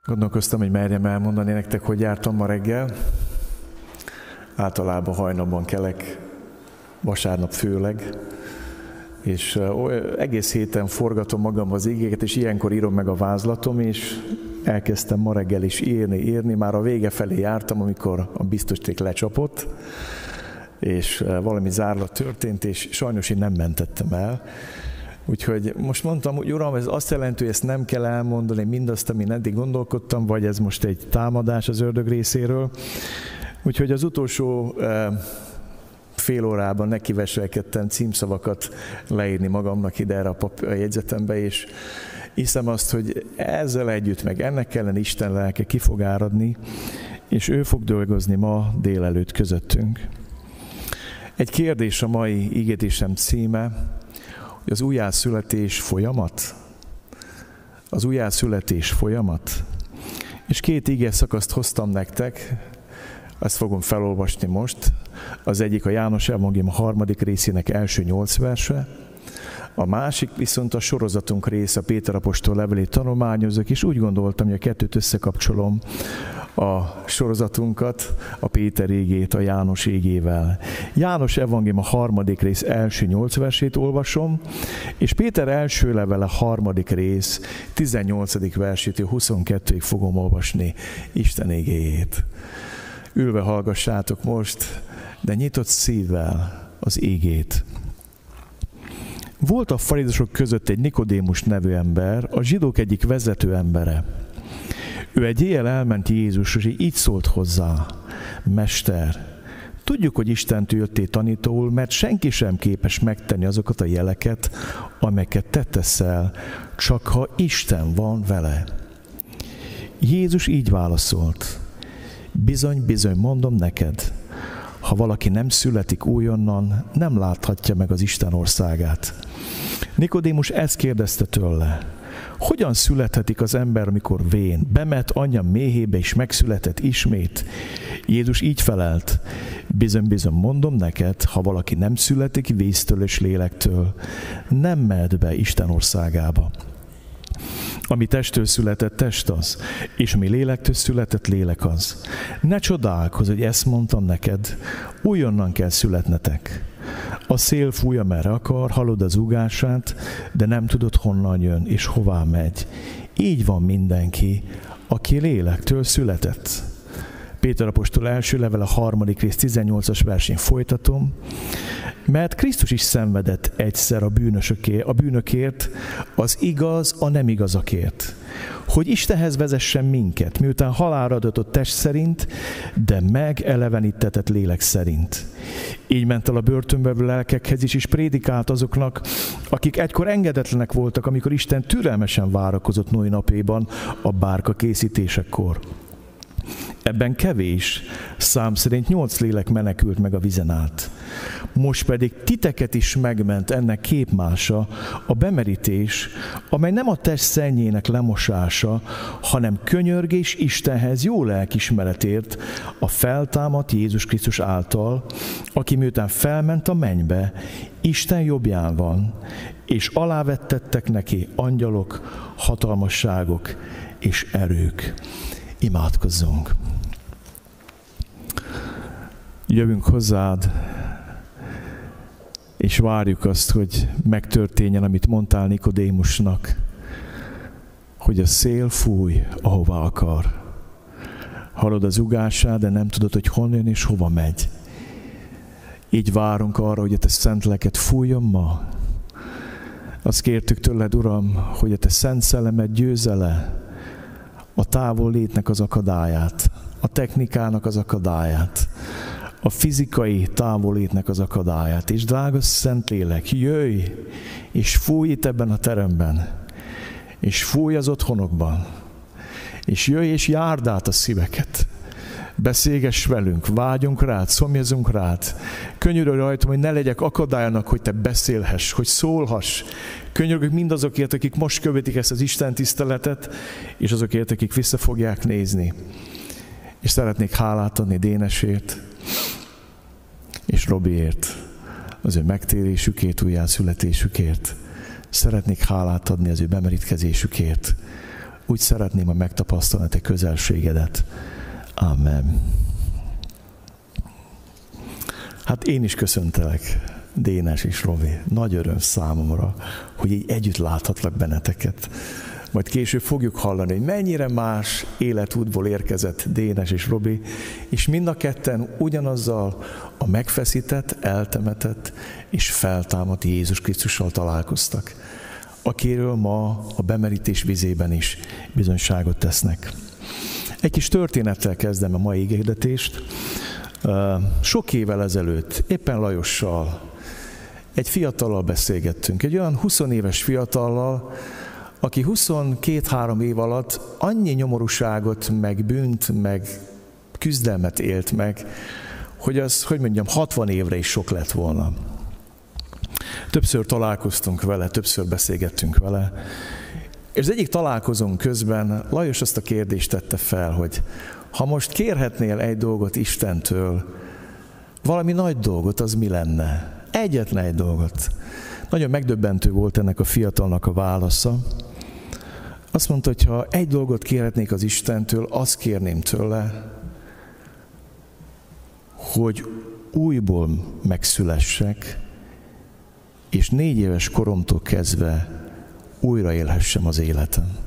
Gondolkoztam, hogy merjem elmondani nektek, hogy jártam ma reggel. Általában hajnalban kelek, vasárnap főleg, és egész héten forgatom magam az igéket, és ilyenkor írom meg a vázlatom, és elkezdtem ma reggel is írni. Már a vége felé jártam, amikor a biztosíték lecsapott, és valami zárlat történt, és sajnos én nem mentettem el. Úgyhogy most mondtam, hogy Uram, ez azt jelenti, hogy ezt nem kell elmondani mindazt, amin eddig gondolkodtam, vagy ez most egy támadás az ördög részéről. Úgyhogy az utolsó fél órában nekiveselkedtem címszavakat leírni magamnak ide erre a jegyzetembe, és hiszem azt, hogy ezzel együtt, meg ennek ellen Isten lelke ki fog áradni, és ő fog dolgozni ma délelőtt közöttünk. Egy kérdés a mai igézésem címe, hogy az újjászületés folyamat? Az újjászületés folyamat? És két ige szakaszt hoztam nektek, ezt fogom felolvasni most. Az egyik a János Evangélium 3. részének első 8 verse, a másik viszont a sorozatunk része, a Péter apostol levelét tanulmányozok, és úgy gondoltam, hogy a kettőt összekapcsolom, a sorozatunkat, a Péter égét a János égével. János Evangélium 3. rész első 8 versét olvasom, és Péter első levele 3. rész 18. versétől 22-ig fogom olvasni Isten égéjét. Ülve hallgassátok most, de nyitott szívvel az égét. Volt a farizeusok között egy Nikodémus nevű ember, a zsidók egyik vezető embere. Ő egy éjjel elment Jézushoz, és így szólt hozzá: Mester, tudjuk, hogy Istentől jöttél tanítóul, mert senki sem képes megtenni azokat a jeleket, amelyeket te teszel, csak ha Isten van vele. Jézus így válaszolt: Bizony, bizony, mondom neked, ha valaki nem születik újonnan, nem láthatja meg az Isten országát. Nikodémus ezt kérdezte tőle: Hogyan születhetik az ember, amikor vén? Bemet anyja méhébe, és megszületett ismét? Jézus így felelt: Bizony, bizony, mondom neked, ha valaki nem születik víztől és lélektől, nem mehet be Isten országába. Ami testtől született, test az, és ami lélektől született, lélek az. Ne csodálkozz, hogy ezt mondtam neked, újonnan kell születnetek. A szél fúj, amerre akar, hallod az zúgását, de nem tudod, honnan jön és hová megy. Így van mindenki, aki lélektől született. Péter apostol első levele 3. rész 18-as versén folytatom. Mert Krisztus is szenvedett egyszer a bűnökért, az igaz a nem igazakért, hogy Istenhez vezessen minket, miután halálra adatott test szerint, de megelevenítetett lélek szerint. Így ment el a börtönbe levő lelkekhez is, és prédikált azoknak, akik egykor engedetlenek voltak, amikor Isten türelmesen várakozott Noé napjaiban a bárka készítésekor. Ebben kevés, szám szerint 8 lélek menekült meg a vízen át. Most pedig titeket is megment ennek képmása, a bemerítés, amely nem a test szennyének lemosása, hanem könyörgés Istenhez jó lelkismeretért a feltámadt Jézus Krisztus által, aki miután felment a mennybe, Isten jobbján van, és alávettettek neki angyalok, hatalmasságok és erők. Imádkozzunk! Jövünk hozzád, és várjuk azt, hogy megtörténjen, amit mondtál Nikodémusnak, hogy a szél fúj, ahova akar. Hallod az zúgását, de nem tudod, hogy honnan jön és hova megy. Így várunk arra, hogy a te szent lelked fújjon ma. Azt kértük tőled, Uram, hogy a te szent szellemed győzze le a távol létnek az akadályát, a technikának az akadályát, a fizikai távollétnek az akadályát. És drága Szentlélek, jöjj, és fújj itt ebben a teremben, és fújj az otthonokban, és jöjj, és járd át a szíveket. Beszélgess velünk, vágyunk rád, szomjazunk rád. Könyörülj rajtam, hogy ne legyek akadálynak, hogy te beszélhess, hogy szólhass. Könyörgök mindazokért, akik most követik ezt az Isten tiszteletet, és azokért, akik vissza fogják nézni. És szeretnék hálát adni Dénesért, és Robiért, az ő megtérésükért, újjászületésükért. Szeretnék hálát adni az ő bemerítkezésükért, úgy szeretném, hogy megtapasztalni a te közelségedet. Amen. Hát én is köszöntelek, Dénes és Robi. Nagy öröm számomra, hogy így együtt láthatlak benneteket. Majd később fogjuk hallani, hogy mennyire más életútból érkezett Dénes és Robi, és mind a ketten ugyanazzal a megfeszített, eltemetett és feltámadt Jézus Krisztussal találkoztak, akiről ma a bemerítés vizében is bizonyságot tesznek. Egy kis történettel kezdem a mai igéhirdetést. Sok évvel ezelőtt, éppen Lajossal, egy fiatallal beszélgettünk, egy olyan 20 éves fiatallal, aki 22-3 év alatt annyi nyomorúságot, meg bűnt, meg küzdelmet élt meg, hogy az, 60 évre is sok lett volna. Többször találkoztunk vele, többször beszélgettünk vele, és az egyik találkozónk közben Lajos azt a kérdést tette fel, hogy ha most kérhetnél egy dolgot Istentől, valami nagy dolgot, az mi lenne? Egyetlen egy dolgot. Nagyon megdöbbentő volt ennek a fiatalnak a válasza. Azt mondta, hogy ha egy dolgot kérhetnék az Istentől, azt kérném tőle, hogy újból megszülessek, és 4 éves koromtól kezdve újra élhessem az életem.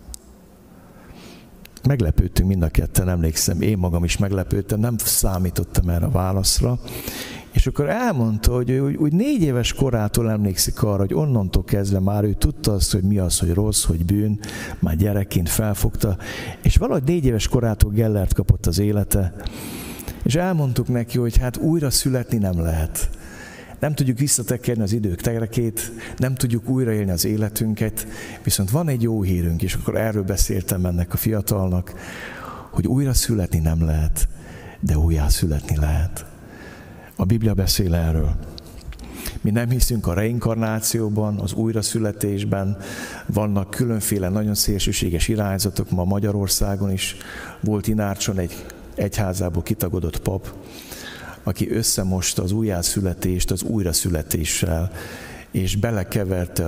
Meglepődtünk mind a ketten, emlékszem, én magam is meglepődtem, nem számítottam erre a válaszra. És akkor elmondta, hogy úgy 4 éves korától emlékszik arra, hogy onnantól kezdve már ő tudta azt, hogy mi az, hogy rossz, hogy bűn, már gyerekként felfogta, és valahogy 4 éves korától Gellert kapott az élete, és elmondtuk neki, hogy hát újra születni nem lehet. Nem tudjuk visszatekerni az idők terekét, nem tudjuk újraélni az életünket, viszont van egy jó hírünk, és akkor erről beszéltem ennek a fiatalnak, hogy újra születni nem lehet, de újjá születni lehet. A Biblia beszél erről. Mi nem hiszünk a reinkarnációban, az újraszületésben, vannak különféle nagyon szélsőséges irányzatok, ma Magyarországon is volt Inárcson egy egyházából kitagodott pap, aki összemosta az újjászületést az újraszületéssel, és belekeverte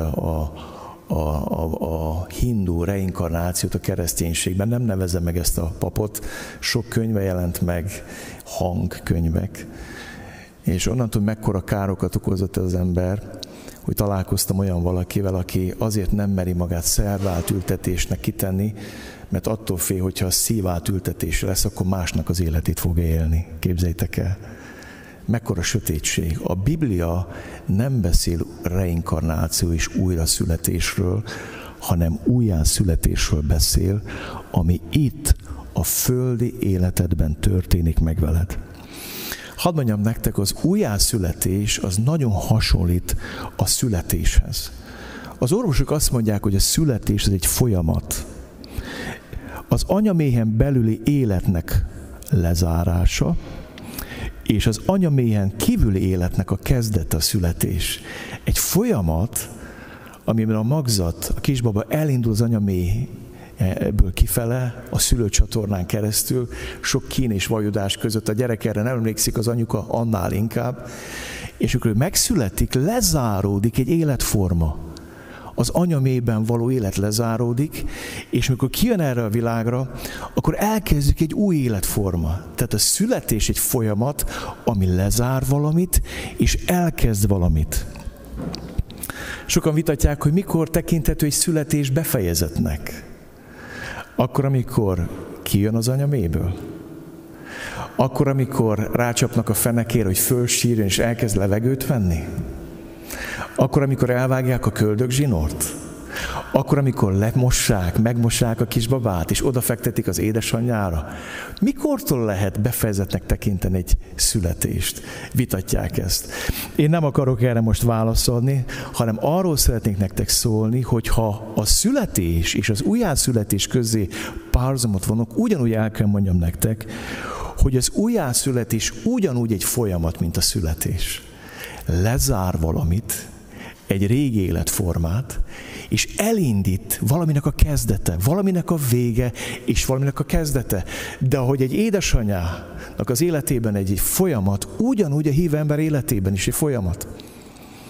a hindu reinkarnációt a kereszténységben. Nem nevezem meg ezt a papot, sok könyve jelent meg, hangkönyvek. És onnantól mekkora károkat okozott az ember, hogy találkoztam olyan valakivel, aki azért nem meri magát szervátültetésnek kitenni, mert attól fél, hogyha a szívátültetés lesz, akkor másnak az életét fog élni. Képzeljétek el. Mekkora sötétség. A Biblia nem beszél reinkarnáció és újraszületésről, hanem újjászületésről beszél, ami itt a földi életedben történik meg veled. Hadd mondjam nektek, az újjászületés az nagyon hasonlít a születéshez. Az orvosok azt mondják, hogy a születés az egy folyamat. Az anyaméhen belüli életnek lezárása, és az anyaméhen kívüli életnek a kezdete a születés. Egy folyamat, amiben a magzat, a kisbaba elindul az anyaméhből kifele, a szülőcsatornán keresztül, sok kín és vajudás között, a gyerek erre nem emlékszik, az anyuka annál inkább, és akkor megszületik, lezáródik egy életforma. Az anyaméhben való élet lezáródik, és amikor kijön erre a világra, akkor elkezdjük egy új életforma. Tehát a születés egy folyamat, ami lezár valamit, és elkezd valamit. Sokan vitatják, hogy mikor tekinthető egy születés befejezetnek. Akkor, amikor kijön az anyaméből. Akkor, amikor rácsapnak a fenekére, hogy fölsírjon, és elkezd levegőt venni. Akkor, amikor elvágják a köldökzsinort, akkor, amikor lemossák, megmossák a kisbabát, és odafektetik az édesanyjára. Mikortól lehet befejezetnek tekinteni egy születést? Vitatják ezt. Én nem akarok erre most válaszolni, hanem arról szeretnék nektek szólni, hogy ha a születés és az újjászületés közé párhuzamot vonok, ugyanúgy el kell mondjam nektek, hogy az újjászületés ugyanúgy egy folyamat, mint a születés. Lezár valamit, egy régi életformát, és elindít valaminek a kezdete, valaminek a vége, és valaminek a kezdete. De ahogy egy édesanyának az életében egy folyamat, ugyanúgy a hívő ember életében is egy folyamat.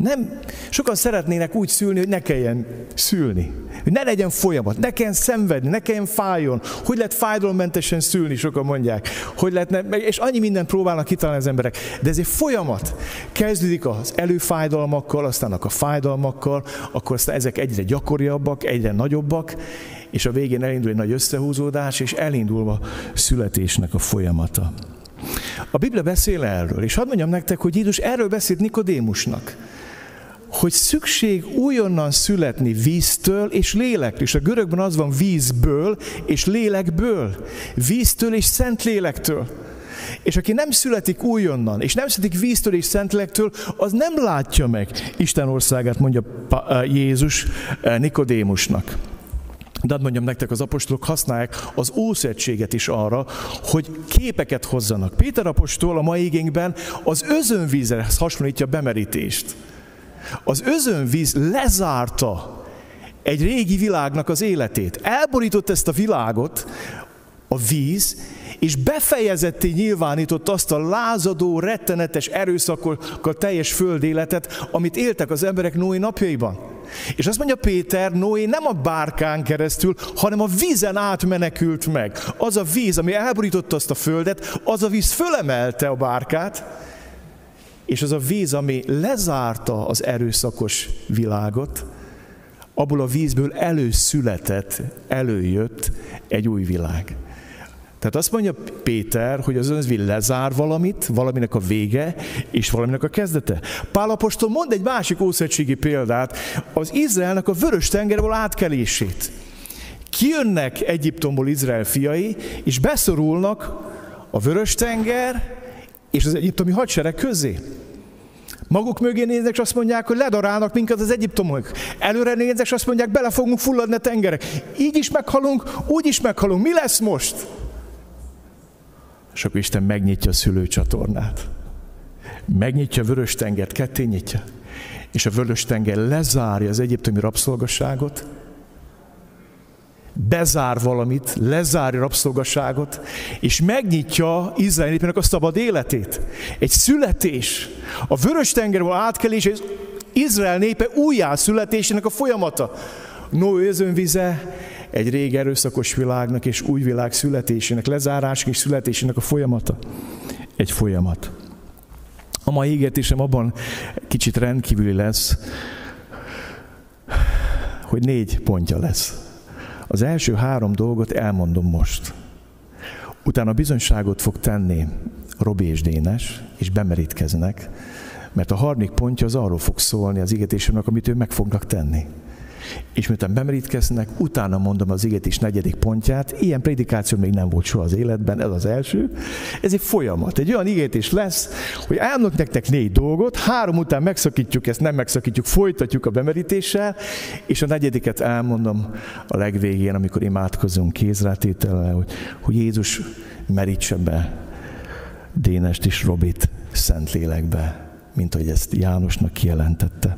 Sokan szeretnének úgy szülni, hogy ne kelljen szülni. Hogy ne legyen folyamat, ne kelljen szenvedni, ne kelljen fájjon. Hogy lehet fájdalommentesen szülni, sokan mondják. Hogy lehetne, és annyi mindent próbálnak kitalálni az emberek. De ez egy folyamat. Kezdődik az előfájdalmakkal, aztán a fájdalmakkal, akkor aztán ezek egyre gyakoriabbak, egyre nagyobbak, és a végén elindul egy nagy összehúzódás, és elindul a születésnek a folyamata. A Biblia beszél erről, és hadd mondjam nektek, hogy Jézus erről beszélt Nikodémusnak, hogy szükség újonnan születni víztől és lélektől. És a görögben az van, vízből és lélekből. Víztől és szent lélektől. És aki nem születik újonnan, és nem születik víztől és szent lélektől, az nem látja meg Isten országát, mondja Jézus Nikodémusnak. De hadd mondjam nektek, az apostolok használják az Ószövetséget is arra, hogy képeket hozzanak. Péter apostol a mai igénkben az özönvízre hasonlítja a bemerítést. Az özönvíz lezárta egy régi világnak az életét. Elborított ezt a világot, a víz, és befejezetté nyilvánított azt a lázadó, rettenetes erőszakkal teljes földéletet, amit éltek az emberek Noé napjaiban. És azt mondja Péter, Noé nem a bárkán keresztül, hanem a vízen átmenekült meg. Az a víz, ami elborította azt a földet, az a víz fölemelte a bárkát, és az a víz, ami lezárta az erőszakos világot, abból a vízből előjött egy új világ. Tehát azt mondja Péter, hogy az özönvíz lezár valamit, valaminek a vége, és valaminek a kezdete. Pál apostol mond egy másik ószövetségi példát, az Izraelnek a Vörös-tengerről átkelését. Kijönnek Egyiptomból Izrael fiai, és beszorulnak a Vörös-tenger és az egyiptomi hadsereg közé. Maguk mögé néznek, és azt mondják, hogy ledarálnak minket az egyiptomok. Előre néznek, és azt mondják, bele fogunk fulladni a tengerek. Így is meghalunk, úgy is meghalunk. Mi lesz most? És akkor Isten megnyitja a szülőcsatornát. Megnyitja a Vörös-tengert, ketté nyitja. És a Vörös-tenger lezárja az egyiptomi rabszolgasságot, bezár valamit, lezárja a rabszolgasságot, és megnyitja Izrael népének a szabad életét. Egy születés. A Vörös-tengerből átkelés, és Izrael népe újjászületésének a folyamata. Noé özönvize egy régi erőszakos világnak és új világ születésének, lezárásnak és születésének a folyamata. Egy folyamat. A mai hirdetésem abban kicsit rendkívüli lesz, hogy 4 pontja lesz. Az első 3 dolgot elmondom most. Utána bizonyságot fog tenni Robi és Dénes, és bemerítkeznek, mert a 3. pontja az arról fog szólni az hirdetésünknek, amit ők meg fognak tenni. És miután bemerítkeznek, utána mondom az hirdetések 4. pontját. Ilyen prédikáció még nem volt soha az életben, ez az első. Ez egy folyamat. Egy olyan hirdetés lesz, hogy elmondok nektek 4 dolgot, 3 után megszakítjuk ezt, nem megszakítjuk, folytatjuk a bemerítéssel, és a 4. elmondom a legvégén, amikor imádkozunk kézrátétellel, hogy Jézus merítse be Dénest és Robit Szentlélekbe, mint ahogy ezt Jánosnak kijelentette.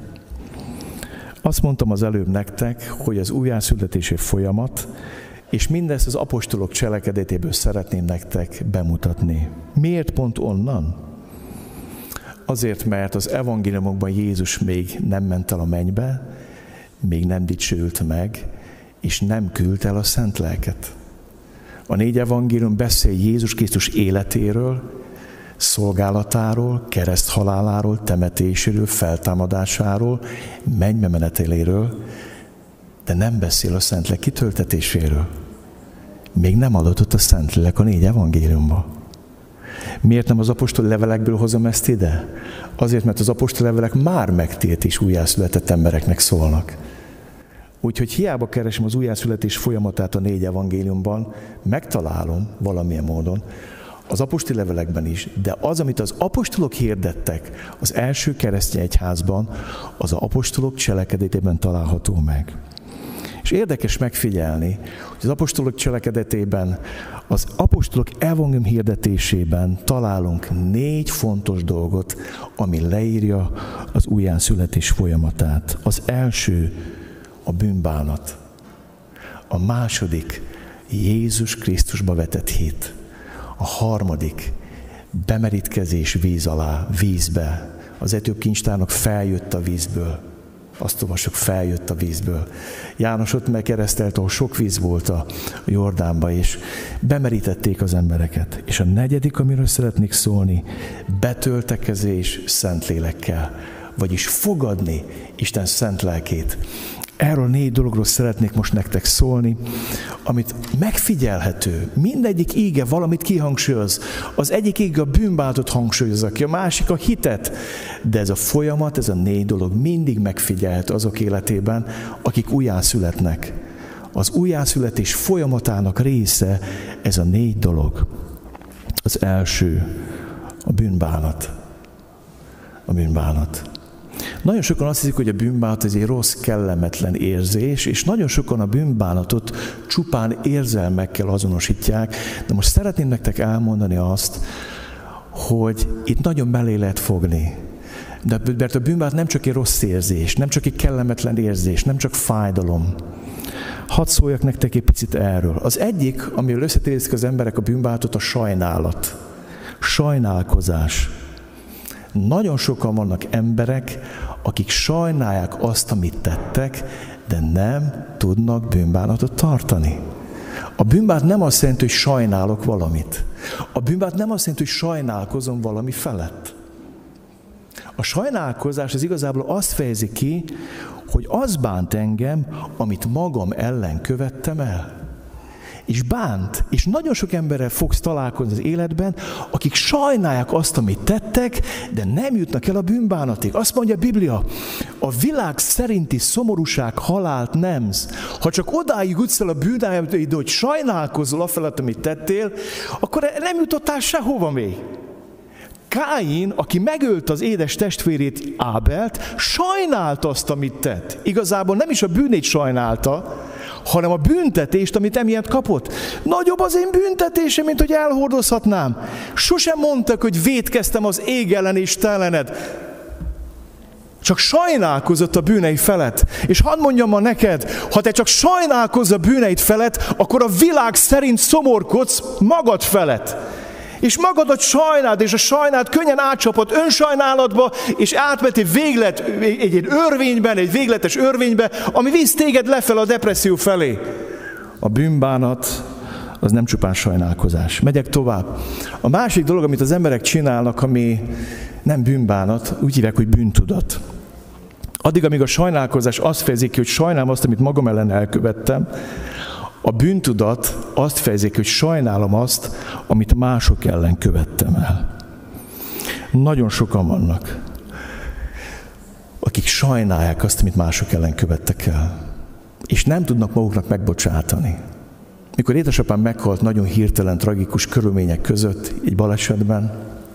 Azt mondtam az előbb nektek, hogy az újjászületési folyamat, és mindezt az apostolok cselekedetéből szeretném nektek bemutatni. Miért pont onnan? Azért, mert az evangéliumokban Jézus még nem ment el a mennybe, még nem dicsőült meg, és nem küldte el a Szent Lelket. A 4 evangélium beszél Jézus Krisztus életéről, szolgálatáról, kereszthaláláról, temetéséről, feltámadásáról, mennybe meneteléről, de nem beszél a Szentlélek kitöltetéséről. Még nem adatott a Szentlélek a 4 evangéliumba. Miért nem az apostoli levelekből hozom ezt ide? Azért, mert az apostoli levelek már megtért és újjászületett embereknek szólnak. Úgyhogy hiába keresem az újjászületés folyamatát a 4 evangéliumban, megtalálom valamilyen módon, az apostoli levelekben is, de az, amit az apostolok hirdettek az első keresztény egyházban, az az apostolok cselekedetében található meg. És érdekes megfigyelni, hogy az apostolok cselekedetében, az apostolok evangélium hirdetésében találunk 4 fontos dolgot, ami leírja az újjászületés folyamatát. Az első a bűnbánat. A második Jézus Krisztusba vetett hit. A 3. bemerítkezés víz alá, vízbe, az etióp kincstárnok feljött a vízből. Azt olvassuk, feljött a vízből. János ott megkeresztelt, ahol sok víz volt a Jordánba, és bemerítették az embereket. És a negyedik, amiről szeretnék szólni, betöltekezés Szentlélekkel, vagyis fogadni Isten szent lelkét. Erről 4 dologról szeretnék most nektek szólni, amit megfigyelhető. Mindegyik íge valamit kihangsúlyoz. Az egyik íge a bűnbánatot hangsúlyozza ki, a másik a hitet. De ez a folyamat, ez a 4 dolog mindig megfigyelhető azok életében, akik újjászületnek. Az újjászületés folyamatának része ez a 4 dolog. Az első, a bűnbánat. A bűnbánat. Nagyon sokan azt hiszik, hogy a bűnbánat ez egy rossz, kellemetlen érzés, és nagyon sokan a bűnbánatot csupán érzelmekkel azonosítják, de most szeretném nektek elmondani azt, hogy itt nagyon belé lehet fogni. Mert a bűnbánat nem csak egy rossz érzés, nem csak egy kellemetlen érzés, nem csak fájdalom. Hadd szóljak nektek egy picit erről. Az egyik, amiről összetérítik az emberek a bűnbánatot, a sajnálat. Sajnálkozás. Nagyon sokan vannak emberek, akik sajnálják azt, amit tettek, de nem tudnak bűnbánatot tartani. A bűnbánat nem azt jelenti, hogy sajnálok valamit. A bűnbánat nem azt jelenti, hogy sajnálkozom valami felett. A sajnálkozás az igazából azt fejezi ki, hogy az bánt engem, amit magam ellen követtem el. És bánt, és nagyon sok emberrel fogsz találkozni az életben, akik sajnálják azt, amit tettek, de nem jutnak el a bűnbánatig. Azt mondja a Biblia, a világ szerinti szomorúság halált nemz. Ha csak odáig jutsz el a bűnbánatid, hogy sajnálkozol afelett, amit tettél, akkor nem jutottál sehova még. Káin, aki megölte az édes testvérét, Ábelt, sajnálta azt, amit tett. Igazából nem is a bűnét sajnálta, hanem a büntetést, amit emiatt kapott. Nagyobb az én büntetésem, mint hogy elhordozhatnám. Sosem mondtak, hogy vétkeztem az ég ellen és te ellened. Csak sajnálkozott a bűnei felett. És hadd mondjam ma neked, ha te csak sajnálkozz a bűneid felett, akkor a világ szerint szomorkodsz magad felett. És magadat sajnáld, és a sajnálat könnyen átcsapott önsajnálatba, és átment egy örvényben, egy végletes örvénybe, ami visz téged lefelé a depresszió felé. A bűnbánat az nem csupán sajnálkozás. Megyek tovább. A másik dolog, amit az emberek csinálnak, ami nem bűnbánat, úgy hívják, hogy bűntudat. Addig, amíg a sajnálkozás azt fejezi ki, hogy sajnálom azt, amit magam ellen elkövettem, a bűntudat azt fejezik, hogy sajnálom azt, amit mások ellen követtem el. Nagyon sokan vannak, akik sajnálják azt, amit mások ellen követtek el, és nem tudnak maguknak megbocsátani. Mikor édesapám meghalt nagyon hirtelen, tragikus körülmények között, egy balesetben,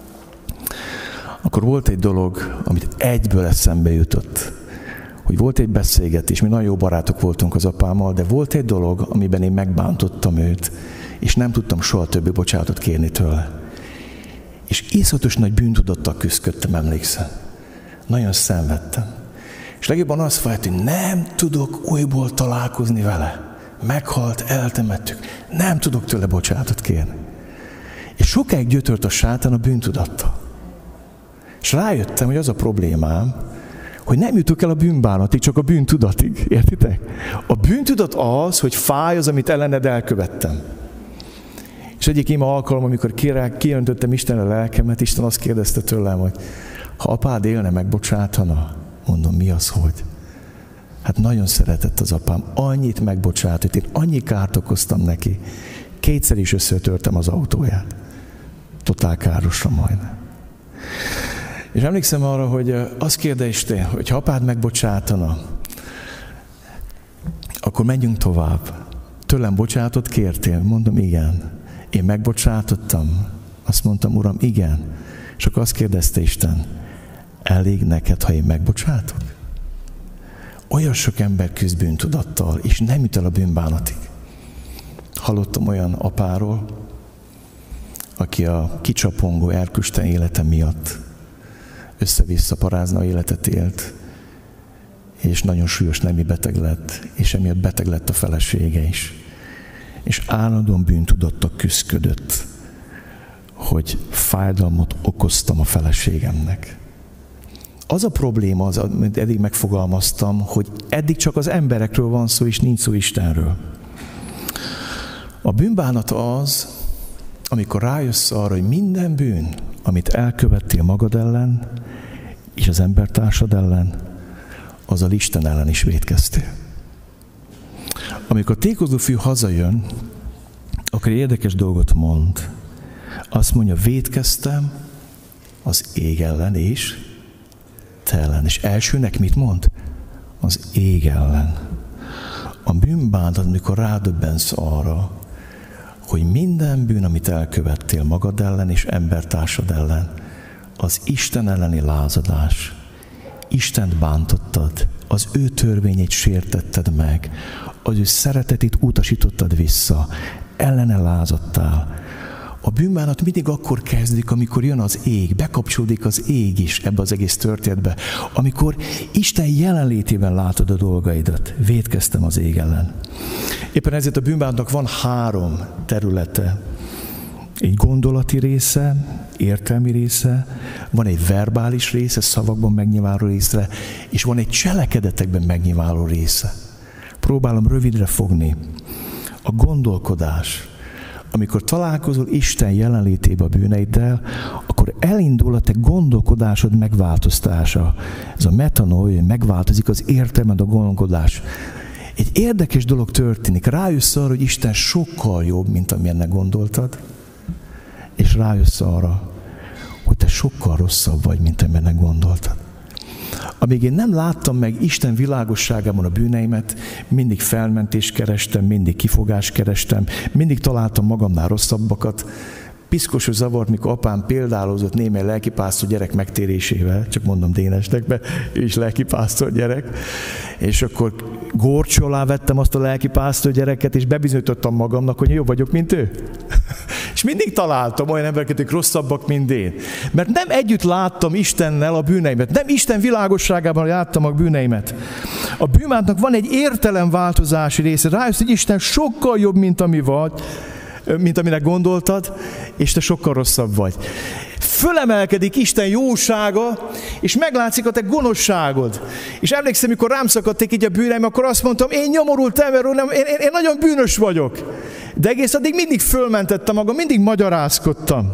akkor volt egy dolog, amit egyből eszembe jutott. Hogy volt egy beszélgetés, mi nagyon jó barátok voltunk az apámmal, de volt egy dolog, amiben én megbántottam őt, és nem tudtam soha többé bocsánatot kérni tőle. És iszonyatos nagy bűntudattal küzdöttem, emlékszem. Nagyon szenvedtem. És legjobban az fájt, hogy nem tudok újból találkozni vele. Meghalt, eltemettük. Nem tudok tőle bocsánatot kérni. És sokáig gyötört a sátán a bűntudattal. És rájöttem, hogy az a problémám, hogy nem jutok el a bűnbánatig, csak a bűntudatig. Értitek? A bűntudat az, hogy fáj az, amit ellened elkövettem. És egyik ima alkalom, amikor kiöntöttem Istenre a lelkemet, Isten azt kérdezte tőlem, hogy ha apád élne, megbocsátana? Mondom, mi az, hogy? Hát nagyon szeretett az apám, annyit megbocsátott, én annyi kárt okoztam neki. 2-szer is összetörtem az autóját. Totál károsra majdnem. És emlékszem arra, hogy azt kérdezte, hogy ha apád megbocsátana, akkor menjünk tovább. Tőlem bocsánatot kértél? Mondom, igen. Én megbocsátottam? Azt mondtam, Uram, igen. És akkor azt kérdezte Isten, elég neked, ha én megbocsátok? Olyan sok ember küzd bűntudattal, és nem jut el a bűnbánatig. Hallottam olyan apáról, aki a kicsapongó erküsten élete miatt össze-vissza parázna életet élt, és nagyon súlyos nemi beteg lett, és emiatt beteg lett a felesége is. És állandóan bűntudattal küszködött, hogy fájdalmat okoztam a feleségemnek. Az a probléma, amit eddig megfogalmaztam, hogy eddig csak az emberekről van szó, és nincs szó Istenről. A bűnbánat az, amikor rájössz arra, hogy minden bűn, amit elkövettél magad ellen, és az embertársad ellen, azzal Isten ellen is vétkeztél. Amikor a tékozó fiú hazajön, akkor egy érdekes dolgot mond. Azt mondja, vétkeztem az ég ellen és te ellen. És elsőnek mit mond? Az ég ellen. A bűnbánat, amikor rádöbbensz arra, hogy minden bűn, amit elkövettél magad ellen és embertársad ellen, az Isten elleni lázadás. Istent bántottad, az ő törvényét sértetted meg, az ő szeretetét utasítottad vissza, ellene lázadtál. A bűnbánat mindig akkor kezdik, amikor jön az ég, bekapcsolódik az ég is ebbe az egész történetbe, amikor Isten jelenlétében látod a dolgaidat. Vétkeztem az ég ellen. Éppen ezért a bűnbánatnak van 3 területe. Egy gondolati része, értelmi része, van egy verbális része, szavakban megnyilvánuló része, és van egy cselekedetekben megnyilvánuló része. Próbálom rövidre fogni. A gondolkodás. Amikor találkozol Isten jelenlétében a bűneiddel, akkor elindul a te gondolkodásod megváltoztása. Ez a metanoia, megváltozik az értelmed, a gondolkodás. Egy érdekes dolog történik. Rájössz arra, hogy Isten sokkal jobb, mint amilyennek gondoltad, és rájössz arra, hogy te sokkal rosszabb vagy, mint amilyennek gondoltad. Amíg én nem láttam meg Isten világosságában a bűneimet, mindig felmentést kerestem, mindig kifogást kerestem, mindig találtam magamnál rosszabbakat. Piszkosul zavart, mikor apám példálózott némely lelkipásztor gyerek megtérésével, csak mondom Dénesnek, be, ő is lelkipásztor gyerek, és akkor górcső alá vettem azt a lelkipásztor gyereket, és bebizonyítottam magamnak, hogy jobb vagyok, mint ő. És mindig találtam olyan embereket, akik rosszabbak, mint én. Mert nem együtt láttam Istennel a bűneimet, nem Isten világosságában láttam a bűneimet. A bűnbánatnak van egy értelemváltozási része. Rájössz, hogy Isten sokkal jobb, mint ami vagy, mint aminek gondoltad, és te sokkal rosszabb vagy. Fölemelkedik Isten jósága, és meglátszik a te gonoszságod. És emlékszem, mikor rám szakadték így a bűneim, akkor azt mondtam, én nyomorult ember, én nagyon bűnös vagyok. De egész addig mindig fölmentettem magam, mindig magyarázkodtam.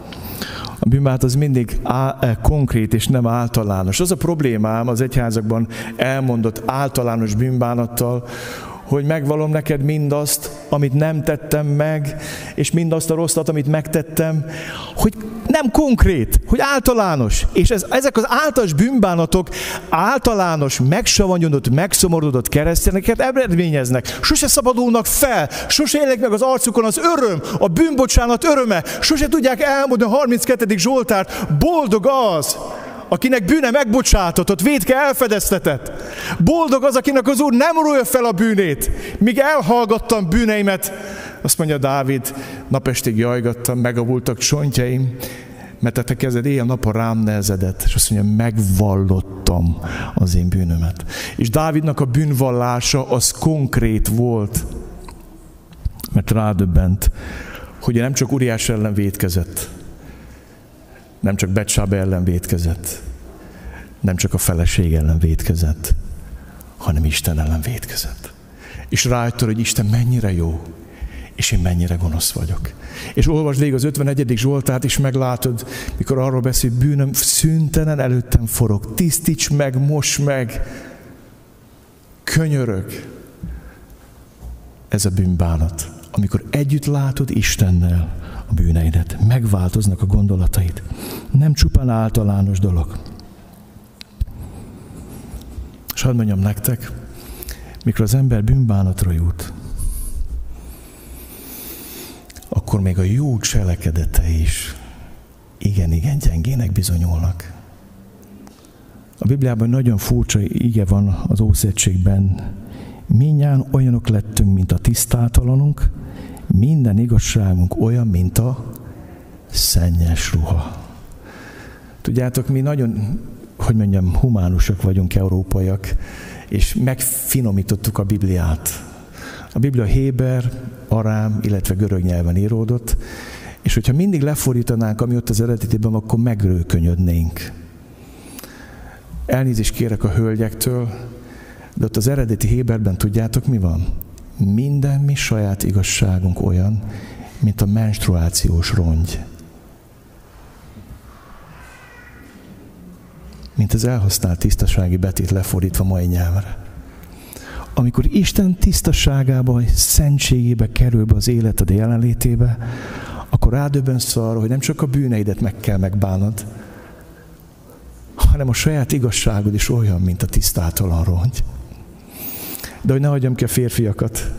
A bűnbánat az mindig konkrét és nem általános. Az a problémám az egyházakban elmondott általános bűnbánattal, hogy megvalom neked mindazt, amit nem tettem meg, és mindazt a rosszat, amit megtettem, hogy nem konkrét, hogy általános. És ezek az általános bűnbánatok általános, megsavanyodott, megszomorodott keresztényeket eredményeznek. Sose szabadulnak fel, sose élnek meg az arcukon az öröm, a bűnbocsánat öröme, sose tudják elmondani a 32. Zsoltárt, boldog az, akinek bűne megbocsátatott, vétke elfedeztetett. Boldog az, akinek az Úr nem rója fel a bűnét, míg elhallgattam bűneimet. Azt mondja Dávid, napestig jajgattam, megavultak csontjaim, mert a te kezed éjjel-nappal rám nehezedett. És azt mondja, megvallottam az én bűnömet. És Dávidnak a bűnvallása az konkrét volt, mert rádöbbent, hogy nem csak Uriás ellen vétkezett, nem csak Betsába ellen vétkezett, nem csak a feleség ellen vétkezett, hanem Isten ellen vétkezett. És rájött, hogy Isten mennyire jó, és én mennyire gonosz vagyok. És olvasd végig az 51. Zsoltárt, és meglátod, mikor arról beszél, bűnöm szüntelen előttem forog, tisztíts meg, moss meg, könyörög. Ez a bűnbánat, amikor együtt látod Istennel a bűneidet, megváltoznak a gondolataid. Nem csupán általános dolog. És hadd mondjam nektek, mikor az ember bűnbánatra jut, akkor még a jó cselekedetei is igen gyengének bizonyulnak. A Bibliában nagyon furcsa ige van az Ószövetségben. Mindnyájan olyanok lettünk, mint a tisztátalanunk, minden igazságunk olyan, mint a szennyes ruha. Tudjátok, mi nagyon, humánusak vagyunk, európaiak, és megfinomítottuk a Bibliát. A Biblia héber, arám, illetve görög nyelven íródott, és hogyha mindig lefordítanánk, ami ott az eredetében, akkor megrőkönyödnénk. Elnézést kérek a hölgyektől, de ott az eredeti Héberben tudjátok mi van? Minden mi saját igazságunk olyan, mint a menstruációs rongy. Mint az elhasznált tisztasági betét lefordítva mai nyelvre. Amikor Isten tisztaságába, szentségébe kerül be az életed jelenlétébe, akkor rádöbbensz arra, hogy nem csak a bűneidet meg kell megbánod, hanem a saját igazságod is olyan, mint a tisztátalan rongy. De hogy ne hagyjam ki a férfiakat.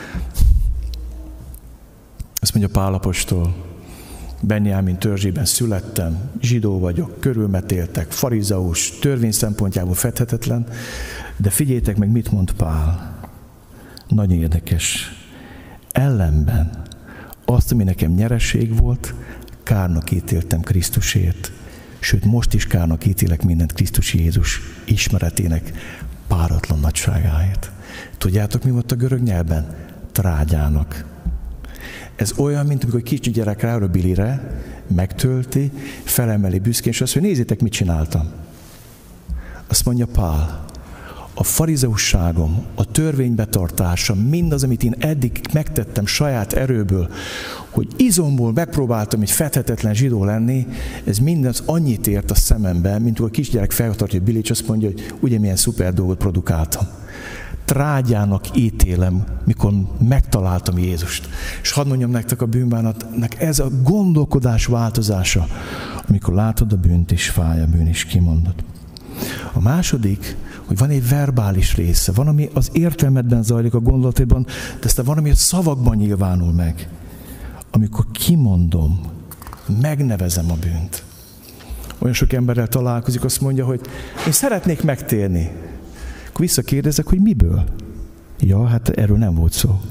Azt mondja Pál apostol, Benjámin törzsében születtem, zsidó vagyok, körülmetéltek, farizeus, törvény szempontjából fedhetetlen, de figyeljétek meg, mit mond Pál. Nagyon érdekes. Ellenben azt, ami nekem nyereség volt, kárnak ítéltem Krisztusért. Sőt, most is kárnak ítélek mindent Krisztus Jézus ismeretének páratlan nagyságáért. Tudjátok, mi volt a görög nyelvben? Trágyának. Ez olyan, mint amikor kicsi gyerek ráül a bilire, megtölti, felemeli büszkén, és azt mondja, nézzétek, mit csináltam. Azt mondja Pál, a farizeusságom, a törvénybetartása, mindaz, amit én eddig megtettem saját erőből, hogy izomból megpróbáltam egy fedhetetlen zsidó lenni, ez mindaz annyit ért a szememben, mint amikor a kisgyerek feltartja a bilit, és azt mondja, hogy ugye milyen szuper dolgot produkáltam. Trágyának ítélem, mikor megtaláltam Jézust. És hadd mondjam nektek, a bűnbánatnak ez a gondolkodás változása, amikor látod a bűnt, és fáj a bűn, és kimondod. A második, hogy van egy verbális része, van, ami az értelmedben zajlik a gondolatban, de aztán van, ami a szavakban nyilvánul meg. Amikor kimondom, megnevezem a bűnt. Olyan sok emberrel találkozik, azt mondja, hogy én szeretnék megtérni. Akkor visszakérdezek, hogy miből? Ja, hát erről nem volt szó.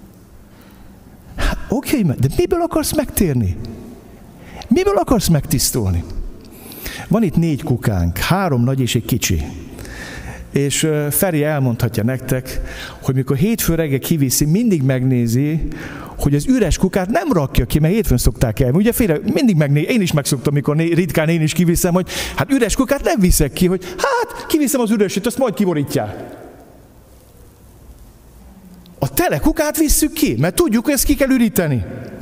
Hát, oké, de miből akarsz megtérni? Miből akarsz megtisztulni? Van itt 4 kukánk, 3 nagy és egy kicsi. És Feri elmondhatja nektek, hogy mikor hétfő reggel kiviszi, mindig megnézi, hogy az üres kukát nem rakja ki, mert hétfőn szokták el. Ugye mindig megnézi, én is megszoktam, mikor ritkán én is kiviszem, hogy hát üres kukát nem viszek ki, hogy hát kiviszem az üresét, azt majd kiborítják. A tele kukát visszük ki, mert tudjuk, hogy ezt ki kell üríteni.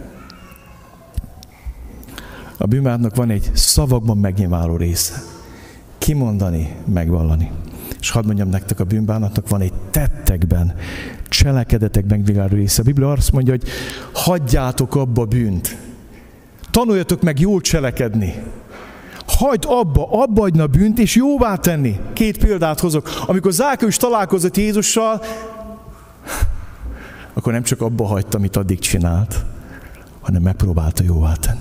A bűnbánatnak van egy szavakban megnyilvánuló része. Kimondani, megvallani. És hadd mondjam nektek, a bűnbánatnak van egy tettekben, cselekedetekben megnyilvánuló része. A Biblia azt mondja, hogy hagyjátok abba a bűnt. Tanuljatok meg jól cselekedni. Hagyd abba hagyna a bűnt, és jóvá tenni. 2 példát hozok. Amikor Zákeus találkozott Jézussal, akkor nem csak abba hagyta, amit addig csinált, hanem megpróbálta jóvá tenni.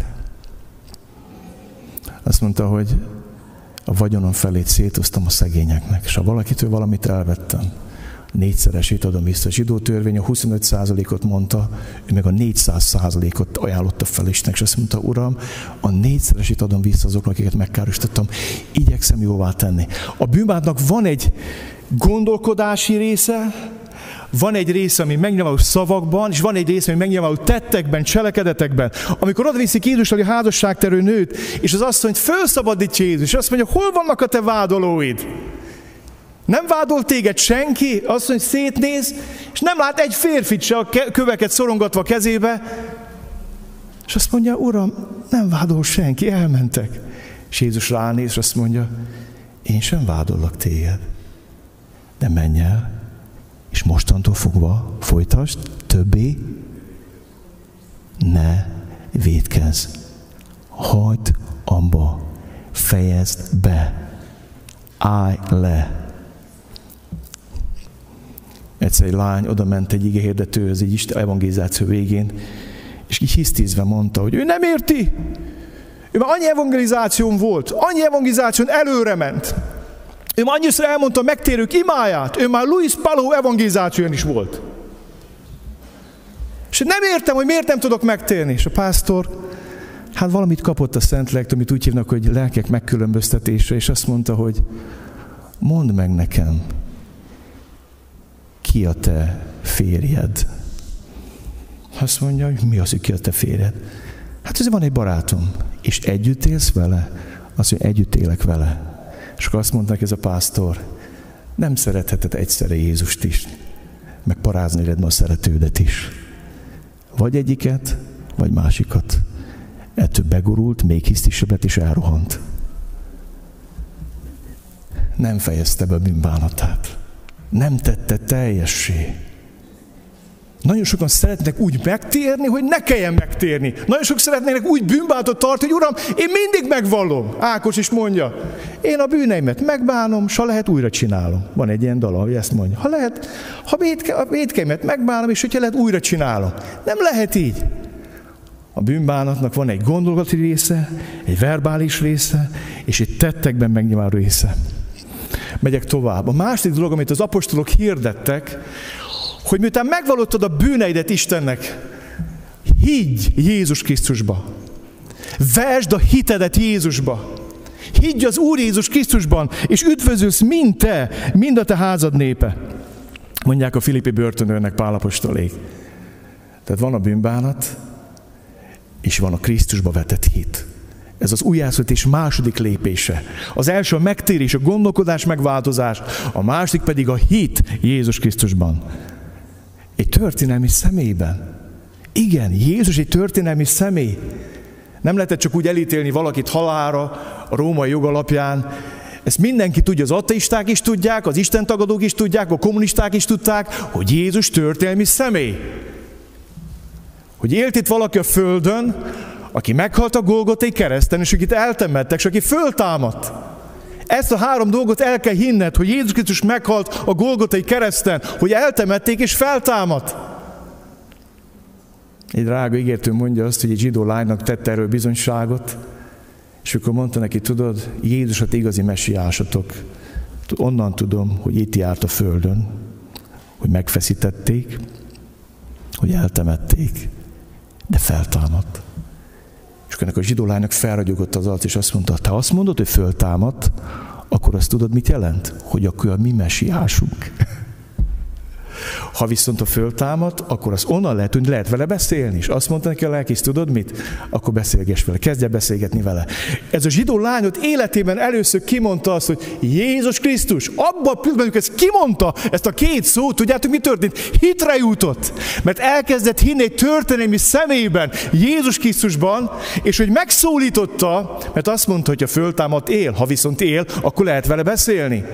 Azt mondta, hogy a vagyonom felét szétoztam a szegényeknek, és ha valakitől valamit elvettem, 4-szeresét adom vissza. A zsidó törvény a 25%-ot mondta, ő meg a 400%-ot ajánlotta fel Istennek, és azt mondta, Uram, a 4-szeresét adom vissza azoknak, akiket megkárosítottam, igyekszem jóvá tenni. A bűnbánatnak van egy gondolkodási része, van egy része, ami megnyilvánul szavakban, és van egy része, ami megnyilvánul tettekben, cselekedetekben. Amikor oda viszik Jézusra a házasságterű nőt, és az asszonyt felszabadítja Jézus, és azt mondja, hol vannak a te vádolóid? Nem vádol téged senki, azt mondja, szétnéz, és nem lát egy férfit se a köveket szorongatva a kezébe, és azt mondja, Uram, nem vádol senki, elmentek. És Jézus ránéz, és azt mondja, én sem vádollak téged, de menj el, és mostantól fogva folytasd, többé ne vétkezz. Hagyd abba, fejezd be, állj le. Egyszer egy lány oda ment egy igehirdetőhöz, egy Isten evangelizáció végén, és így hisztízve mondta, hogy ő nem érti. Ő már annyi evangelizáción volt, annyi evangelizáción előre ment. Ő már annyiszor elmondta a megtérők imáját, ő már Luis Paló evangelizáción is volt. És nem értem, hogy miért nem tudok megtérni. És a pásztor, hát valamit kapott a Szentlélek, amit úgy hívnak, hogy lelkek megkülönböztetése, és azt mondta, hogy mondd meg nekem, ki a te férjed? Azt mondja, hogy mi az, hogy ki a te férjed? Hát ez van egy barátom, és együtt élsz vele? Azt mondja, együtt élek vele. És akkor azt mondta neki ez a pásztor, nem szeretheted egyszerre Jézust is, meg parázni lehet a szeretődet is. Vagy egyiket, vagy másikat. Ettől begurult, még hisztisebb lett és elrohant. Nem fejezte be a bűnbánatát. Nem tette teljessé. Nagyon sokan szeretnek úgy megtérni, hogy ne kelljen megtérni. Nagyon sok szeretnének úgy bűnbánatot tartani, hogy Uram, én mindig megvallom. Ákos is mondja, én a bűneimet megbánom, s ha lehet, újra csinálom. Van egy ilyen dal, hogy ezt mondja. Ha lehet, a vétkeimet megbánom, és hogyha lehet, újra csinálom. Nem lehet így. A bűnbánatnak van egy gondolati része, egy verbális része, és egy tettekben megnyilvánuló része. Megyek tovább. A második dolog, amit az apostolok hirdettek, hogy miután megvallottad a bűneidet Istennek, higgy Jézus Krisztusba. Vesd a hitedet Jézusba. Higgy az Úr Jézus Krisztusban, és üdvözülsz mind te, mind a te házad népe. Mondják a filippi börtönőrnek Pál apostolék. Tehát van a bűnbánat, és van a Krisztusba vetett hit. Ez az újjászületés második lépése. Az első a megtérés, a gondolkodás megváltozás, a második pedig a hit Jézus Krisztusban. Egy történelmi személyben. Igen, Jézus egy történelmi személy. Nem lehetett csak úgy elítélni valakit halálra a római jog alapján. Ezt mindenki tudja, az ateisták is tudják, az istentagadók is tudják, a kommunisták is tudták, hogy Jézus történelmi személy. Hogy élt itt valaki a földön, aki meghalt a Golgotai kereszten, és akit eltemettek, és aki föltámadt. Ezt a három dolgot el kell hinned, hogy Jézus Krisztus meghalt a Golgotai kereszten, hogy eltemették és feltámadt. Egy drága ígértő mondja azt, hogy egy zsidó lánynak tette erről bizonyságot, és akkor mondta neki, tudod, Jézus a igazi messiásotok. Onnan tudom, hogy itt járt a földön, hogy megfeszítették, hogy eltemették, de feltámadt. És ennek a zsidó lánynak felragyogott az arc, és azt mondta, te azt mondod, hogy föltámadt, akkor azt tudod, mit jelent? Hogy akkor a mi messiásunk. Ha viszont a föltámadt, akkor az onnan lehet, hogy lehet vele beszélni. És azt mondta neki a lelkész, tudod mit? Akkor beszélgess vele, kezdj el beszélgetni vele. Ez a zsidó lányot életében először kimondta azt, hogy Jézus Krisztus. Abban a pillanatban, ezt kimondta, ezt a két szót, tudjátok, mi történt? Hitre jutott. Mert elkezdett hinni egy történelmi személyben, Jézus Krisztusban, és hogy megszólította, mert azt mondta, hogy ha föltámadt, él. Ha viszont él, akkor lehet vele beszélni.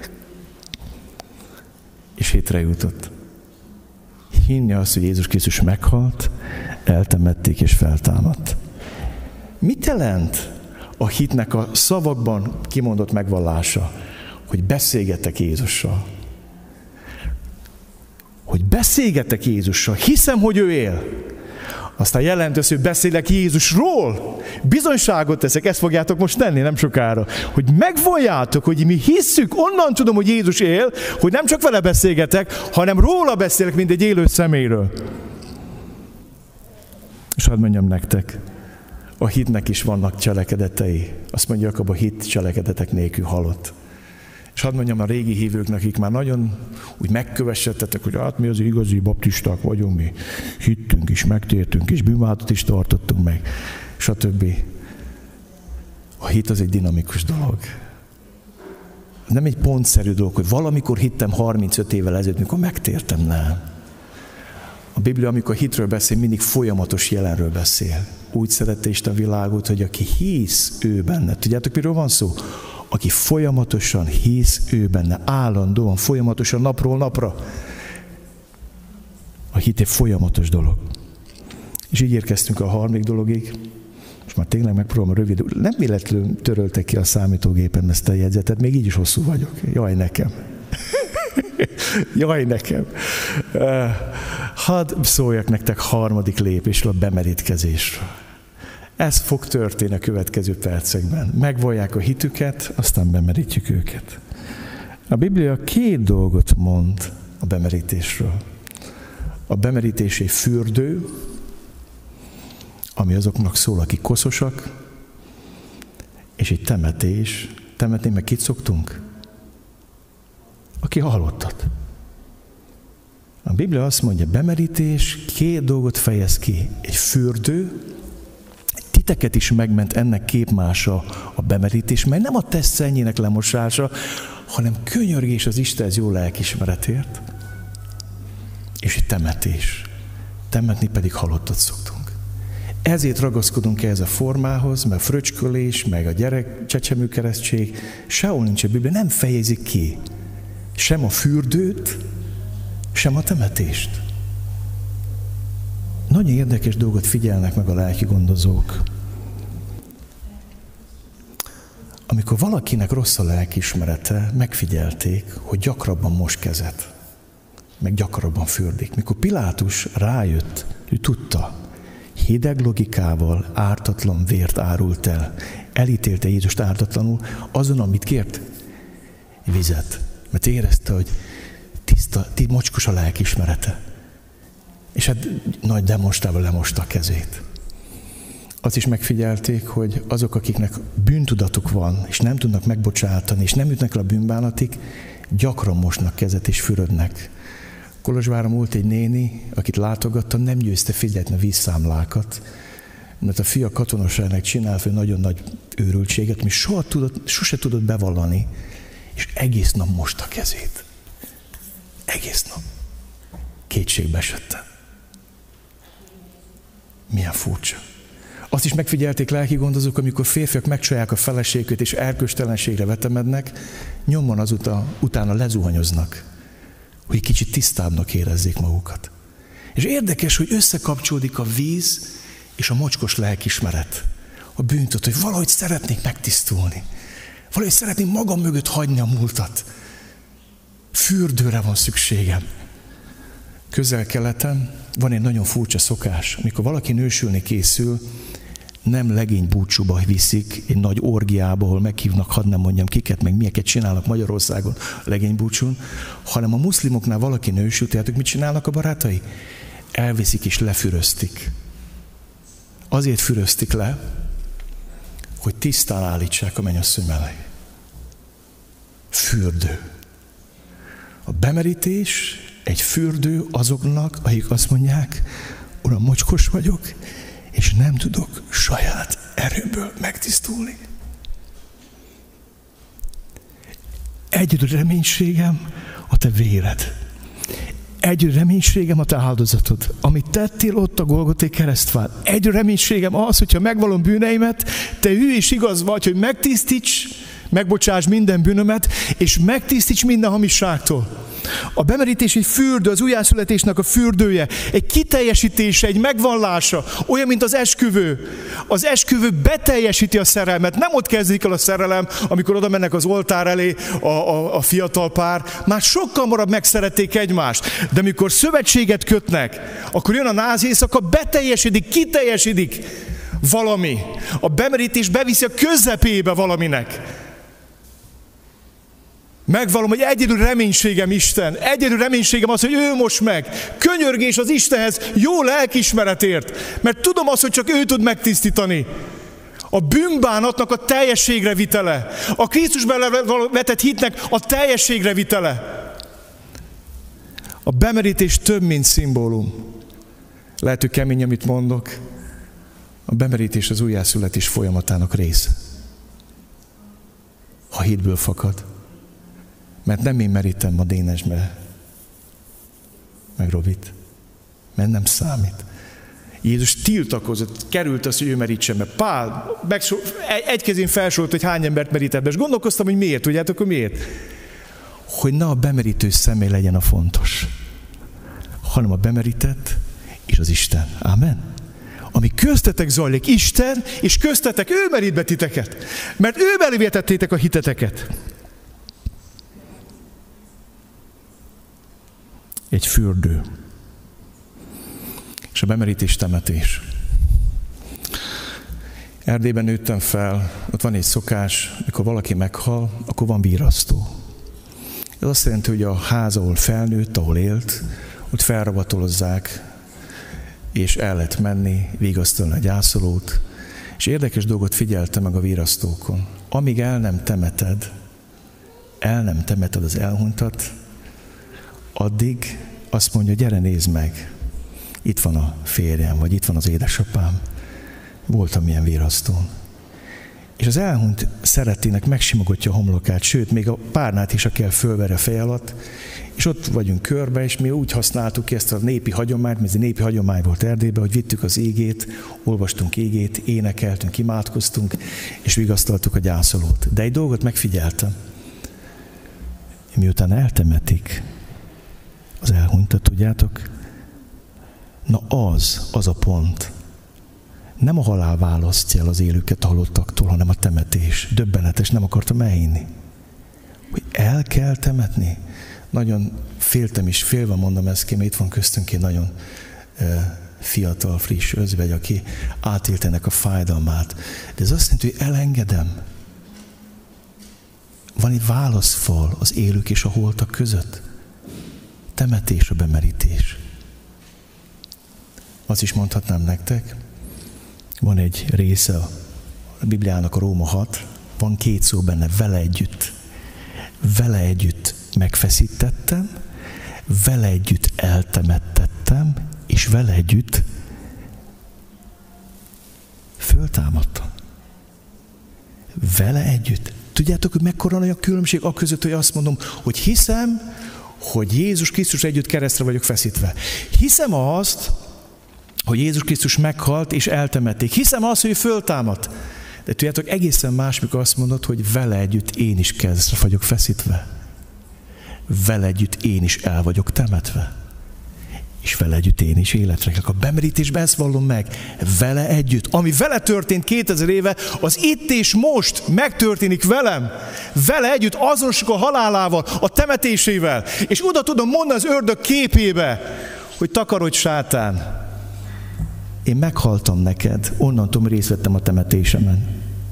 És hitre jutott. Hinni azt, hogy Jézus Krisztus meghalt, eltemették és feltámadt. Mit jelent a hitnek a szavakban kimondott megvallása? Hogy beszélgetek Jézussal. Hogy beszélgetek Jézussal. Hiszem, hogy ő él. Aztán jelenti azt, hogy beszélek Jézusról. Bizonyságot teszek, ezt fogjátok most tenni nem sokára. Hogy megvalljátok, hogy mi hisszük, onnan tudom, hogy Jézus él, hogy nem csak vele beszélgetek, hanem róla beszélek, mint egy élő személyről. És hadd mondjam nektek, a hitnek is vannak cselekedetei. Azt mondja Jakab, a hit cselekedetek nélkül halott. És hadd mondjam a régi hívőknek, akik már nagyon úgy megkövessedtetek, hogy hát mi az igazi baptisták vagyunk, mi hittünk is, megtértünk is, bűnbánatot is tartottunk meg, stb. A hit az egy dinamikus dolog. Nem egy pontszerű dolog, hogy valamikor hittem 35 évvel ezelőtt, mikor megtértem, nem. A Biblia, amikor hitről beszél, mindig folyamatos jelenről beszél. Úgy szerette Isten világot, hogy aki hisz, ő benne. Tudjátok, miről van szó? Aki folyamatosan hisz ő benne, állandóan, folyamatosan, napról napra. A hit egy folyamatos dolog. És így érkeztünk a harmadik dologig. Most már tényleg megpróbálom rövid. Nem véletlenül töröltek ki a számítógépen ezt a jegyzetet, még így is hosszú vagyok. Jaj nekem. Jaj nekem. Hadd szóljak nektek harmadik lépésről, a bemerítkezésről. Ez fog történni a következő percekben. Megvallják a hitüket, aztán bemerítjük őket. A Biblia két dolgot mond a bemerítésről. A bemerítés egy fürdő, ami azoknak szól, akik koszosak, és egy temetés. Temetni meg kit szoktunk? Aki halottat. A Biblia azt mondja, bemerítés két dolgot fejez ki. Egy fürdő, titeket is megment ennek képmása a bemerítés, mely nem a test szennyének lemosása, hanem könyörgés az Istenhez jó lelkiismeretért, és egy temetés. Temetni pedig halottat szoktunk. Ezért ragaszkodunk ehhez a formához, mert a fröcskölés, meg a gyerek csecsemőkeresztség sehol nincs a Biblia, nem fejezik ki sem a fürdőt, sem a temetést. Nagyon érdekes dolgot figyelnek meg a lelki gondozók. Amikor valakinek rossz a lelkiismerete, megfigyelték, hogy gyakrabban mos kezet, meg gyakrabban fürdik. Mikor Pilátus rájött, ő tudta, hideg logikával ártatlan vért árult el. Elítélte Jézust ártatlanul azon, amit kért? Vizet. Mert érezte, hogy tiszta, mocskos a lelkiismerete. És hát nagy demonstrálva lemosta a kezét. Azt is megfigyelték, hogy azok, akiknek bűntudatuk van, és nem tudnak megbocsátani, és nem jutnak el a bűnbánatig, gyakran mosnak kezet és fürödnek. Kolozsváron volt egy néni, akit látogattam, nem győzte figyelni a vízszámlákat, mert a fia katonaságnak csinált egy nagyon nagy őrültséget, ami sose tudott bevallani, és egész nap mosta a kezét. Egész nap. Kétségbe esettem. Milyen furcsa. Azt is megfigyelték lelki gondozók, amikor férfiak megcsalják a feleségüket és erkölcstelenségre vetemednek, nyomban utána lezuhanyoznak, hogy kicsit tisztábbnak érezzék magukat. És érdekes, hogy összekapcsolódik a víz és a mocskos lelkiismeret. A bűntudat, hogy valahogy szeretnék megtisztulni. Valahogy szeretnék magam mögött hagyni a múltat. Fürdőre van szükségem. Közel-keleten van egy nagyon furcsa szokás, amikor valaki nősülni készül, nem legény búcsúba viszik, egy nagy orgiába, ahol meghívnak, hadd nem mondjam kiket, meg mieket csinálnak Magyarországon legény búcsún, hanem a muszlimoknál valaki nősül, tehát mit csinálnak a barátai? Elviszik és lefüröztik. Azért füröztik le, hogy tisztán állítsák a mennyasszony mellé. Fürdő. A bemerítés egy fürdő azoknak, akik azt mondják, Uram, mocskos vagyok, és nem tudok saját erőmből megtisztulni. Egyedül reménységem a te véred. Egyedül reménységem a te áldozatod, amit tettél ott a Golgothai keresztfán. Egyedül reménységem az, hogyha megvallom bűneimet, te hű és igaz vagy, hogy megtisztíts, megbocsáss minden bűnömet, és megtisztíts minden hamisságtól. A bemerítés egy fürdő, az újjászületésnek a fürdője, egy kiteljesítése, egy megvallása, olyan, mint az esküvő. Az esküvő beteljesíti a szerelmet. Nem ott kezdik el a szerelem, amikor oda mennek az oltár elé a fiatal pár. Már sokkal hamarabb megszerették egymást. De amikor szövetséget kötnek, akkor jön a náz éjszaka, beteljesedik, kiteljesedik valami. A bemerítés beviszi a közepébe valaminek. Megvallom, hogy egyedül reménységem Isten, egyedül reménységem az, hogy ő most meg. Könyörgés az Istenhez jó lelkiismeretért, mert tudom azt, hogy csak ő tud megtisztítani. A bűnbánatnak a teljességre vitele, a Krisztusban vetett hitnek a teljességre vitele. A bemerítés több, mint szimbólum. Lehet, hogy kemény, amit mondok. A bemerítés az újjászületés folyamatának része. Ha hitből fakad. Mert nem én merítem a Dénesbe, meg Robit, mert nem számít. Jézus tiltakozott, került az, hogy ő merítsen be. Pál egy kezén felsorolt, hogy hány embert merített be, és gondolkoztam, hogy miért, tudjátok, hogy miért? Hogy ne a bemerítő személy legyen a fontos, hanem a bemerített és az Isten. Ámen? Ami köztetek zajlik, Isten, és köztetek ő merít be titeket, mert ő belévé tettétek a hiteteket. Egy fürdő. És a bemerítés temetés. Erdélyben nőttem fel, ott van egy szokás, mikor valaki meghal, akkor van vírasztó. Ez azt jelenti, hogy a ház, ahol felnőtt, ahol élt, ott felrabatolozzák, és el lehet menni, vigasztalni a gyászolót. És érdekes dolgot figyeltem meg a vírasztókon. Amíg el nem temeted az elhunytat, addig azt mondja, gyere, nézd meg, itt van a férjem, vagy itt van az édesapám. Voltam ilyen virasztón. És az elhunyt szerettének megsimogatja a homlokát, sőt, még a párnát is, aki fölverje a fej alatt, és ott vagyunk körbe, és mi úgy használtuk ki ezt a népi hagyományt, mert ez egy népi hagyomány volt Erdélyben, hogy vittük az ígét, olvastunk ígét, énekeltünk, imádkoztunk, és vigasztaltuk a gyászolót. De egy dolgot megfigyeltem. Miután eltemetik az elhunytat, tudjátok, na az a pont. Nem a halál választja el az élőket a halottaktól, hanem a temetés. Döbbenetes, nem akartam elhinni. Hogy el kell temetni. Nagyon féltem is, félve mondom ezt ki, mert itt van köztünk egy nagyon fiatal, friss özvegy, aki átélt ennek a fájdalmát. De ez azt jelenti, hogy elengedem. Van egy válaszfal az élők és a holtak között. Temetés, a bemerítés. Azt is mondhatnám nektek, van egy része a Bibliának, a Róma 6, van 2 szó benne, vele együtt. Vele együtt megfeszítettem, vele együtt eltemettettem, és vele együtt föltámadtam. Vele együtt. Tudjátok, hogy mekkora nagy a különbség a között, hogy azt mondom, hogy hiszem, hogy Jézus Krisztus együtt keresztre vagyok feszítve. Hiszem azt, hogy Jézus Krisztus meghalt és eltemették. Hiszem azt, hogy föltámadt. De tudjátok, egészen más, mikor azt mondod, hogy vele együtt én is keresztre vagyok feszítve. Vele együtt én is el vagyok temetve. És vele együtt én is életre kelek. A bemerítésben ezt vallom meg. Vele együtt. Ami vele történt 2000 éve, az itt és most megtörténik velem. Vele együtt azonosok a halálával, a temetésével. És oda tudom mondani az ördög képébe, hogy takarodj, sátán. Én meghaltam neked, onnantól részt vettem a temetésemen.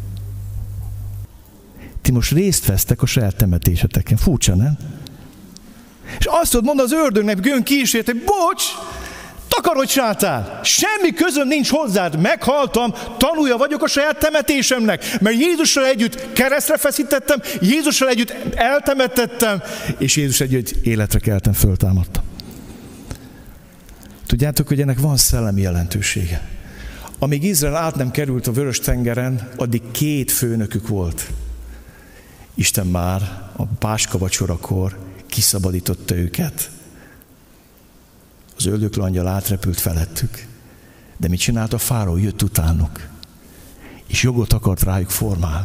Ti most részt vesztek a saját temetéseteken. Furcsa, nem? És azt tudod mondani az ördögnek, gőn kísért, hogy bocs, takarodj, sátán! Semmi közöm nincs hozzád, meghaltam, tanulja vagyok a saját temetésemnek, mert Jézussal együtt keresztre feszítettem, Jézussal együtt eltemettettem, és Jézus együtt életre keltem, föltámadtam. Tudjátok, hogy ennek van szellemi jelentősége. Amíg Izrael át nem került a Vörös-tengeren, addig 2 főnökük volt. Isten már a páskavacsorakor kiszabadította őket. Az ördögtől angyal átrepült felettük. De mit csinált a fáraó? Jött utánuk. És jogot akart rájuk formálni.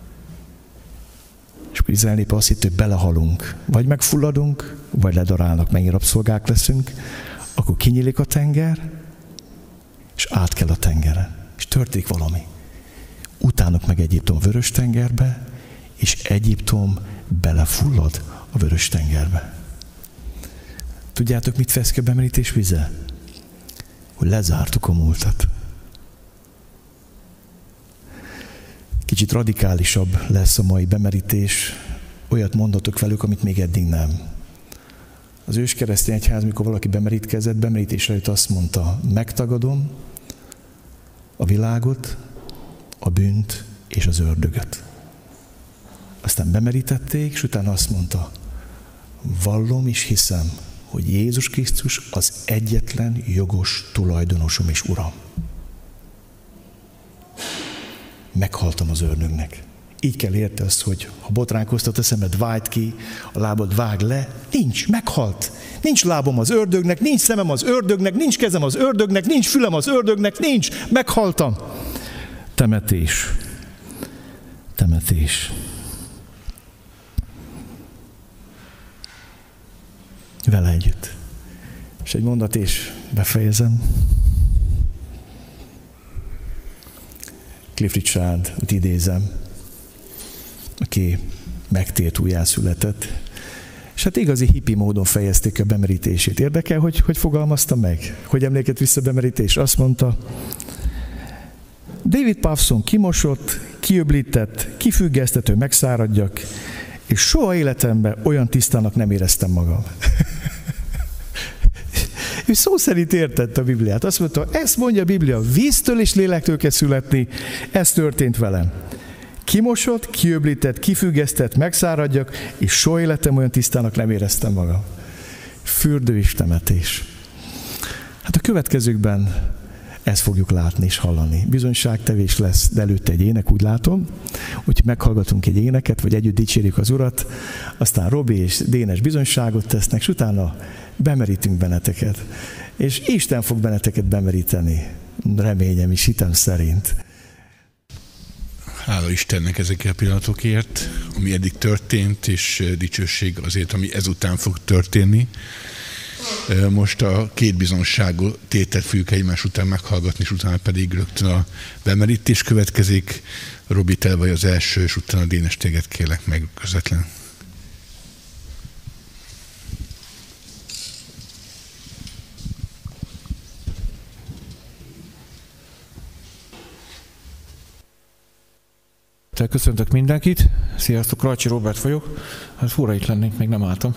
És akkor Izrael népe azt hitt, hogy belehalunk. Vagy megfulladunk, vagy ledarálnak, mennyi rabszolgák leszünk. Akkor kinyílik a tenger, és át kell a tengeren. És történik valami. Utánok meg Egyiptom Vörös-tengerbe, és Egyiptom belefullad a Vörös-tengerbe. Tudjátok, mit vesz ki a bemerítés vize? Hogy lezártuk a múltat. Kicsit radikálisabb lesz a mai bemerítés. Olyat mondatok velük, amit még eddig nem. Az őskeresztény egyház, mikor valaki bemerítkezett, bemerítés előtt azt mondta, megtagadom a világot, a bűnt és az ördögöt. Aztán bemerítették, és utána azt mondta, vallom és hiszem, hogy Jézus Krisztus az egyetlen jogos tulajdonosom és uram. Meghaltam az ördögnek. Így kell érte azt, hogy ha botránkoztat a szemed, vágd ki, a lábad vág le. Nincs, meghalt. Nincs lábom az ördögnek, nincs szemem az ördögnek, nincs kezem az ördögnek, nincs fülem az ördögnek, nincs. Meghaltam. Temetés. Temetés. Vele együtt. És egy mondat és befejezem. Cliff Richard-t idézem, aki megtért, újjászületett. És hát igazi hippi módon fejezték a bemerítését. Érdekel, hogy fogalmazta meg? Hogy emléket vissza a bemerítés? Azt mondta, David Pawson kimosott, kiöblített, kifüggesztett, hogy megszáradjak, és soha életemben olyan tisztának nem éreztem magam. Ő szó szerint értette a Bibliát. Azt mondta, ezt mondja a Biblia, víztől és lélektől kell születni, ez történt velem. Kimosott, kiöblített, kifüggesztett, megszáradjak, és soha életem olyan tisztának nem éreztem magam. Fürdő és temetés. Hát a következőkben ezt fogjuk látni és hallani. Bizonyságtevés lesz, de előtte egy ének, úgy látom. Úgyhogy meghallgatunk egy éneket, vagy együtt dicsérjük az Urat, aztán Robi és Dénes bizonyságot tesznek, és utána bemerítünk benneteket. És Isten fog benneteket bemeríteni, reményem és hitem szerint. Hála Istennek ezekért a pillanatokért, ami eddig történt, és dicsőség azért, ami ezután fog történni. Most a két bizonságot tételt fogjuk egymás után meghallgatni, és utána pedig rögtön a bemerítés következik. Robi, te vagy az első, és utána Dénes, téged kérlek meg közvetlen. Köszöntök mindenkit. Sziasztok, Rajcsi Róbert vagyok. Hát fura itt lennénk, még nem álltam.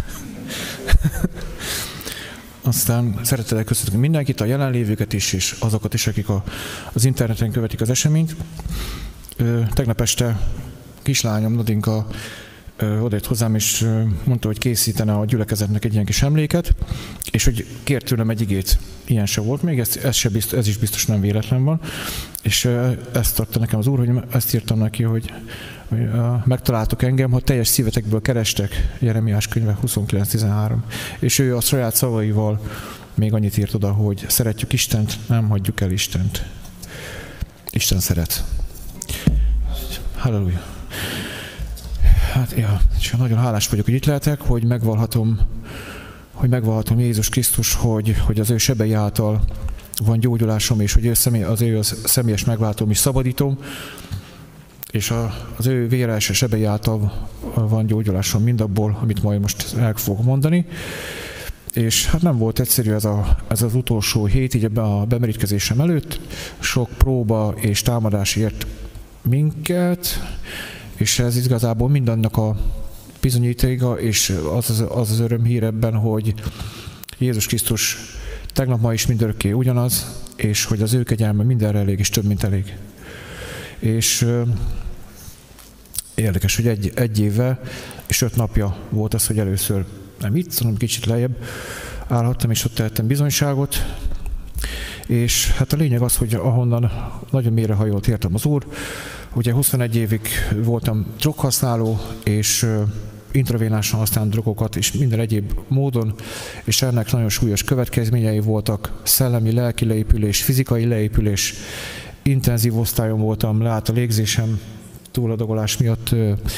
Aztán szeretettel köszöntök mindenkit, a jelenlévőket is, és azokat is, akik az interneten követik az eseményt. Tegnap este kislányom Nadinka odajött hozzám, és mondta, hogy készítene a gyülekezetnek egy ilyen kis emléket, és hogy kért tőlem egy igét. Ilyen se volt még, ez is biztos nem véletlen van. És ezt adta nekem az Úr, hogy ezt írtam neki, hogy megtaláltok engem, ha teljes szívetekből kerestek, Jeremiás könyve 29:13. És ő a saját szavaival még annyit írt oda, hogy szeretjük Istent, nem hagyjuk el Istent. Isten szeret. Halleluja. Hát, ja, és nagyon hálás vagyok, hogy itt lehetek, hogy megvalhatom Jézus Krisztus, hogy az ő sebei által van gyógyulásom, és hogy az ő személyes megváltóm is szabadítom, és az ő vére és sebei által van gyógyulásom mindabból, amit majd most el fogok mondani. És hát nem volt egyszerű ez az utolsó hét, így a bemerítkezésem előtt. Sok próba és támadás ért minket, és ez igazából mindannak a bizonyítéka, és az örömhír ebben, hogy Jézus Krisztus tegnap, ma is mindörökké ugyanaz, és hogy az ő kegyelme mindenre elég, és több, mint elég. És érdekes, hogy egy éve és 5 napja volt az, hogy először nem itt, hanem kicsit lejjebb állhattam, és ott tettem bizonyságot. És hát a lényeg az, hogy ahonnan nagyon mélyrehajolt értem az Úr. Ugye 21 évig voltam droghasználó, és intravénásan használt drogokat, és minden egyéb módon, és ennek nagyon súlyos következményei voltak, szellemi, lelki leépülés, fizikai leépülés, intenzív osztályon voltam, leállt a légzésem, túladagolás miatt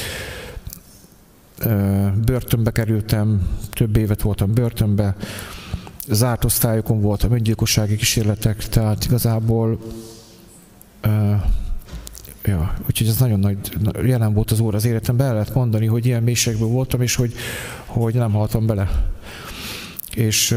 börtönbe kerültem, több évet voltam börtönbe, zárt osztályokon voltam, öngyilkossági kísérletek, tehát igazából úgyhogy ez nagyon nagy jelen volt az Úr az életemben, el lehet mondani, hogy ilyen mélységből voltam, és hogy nem haltam bele. És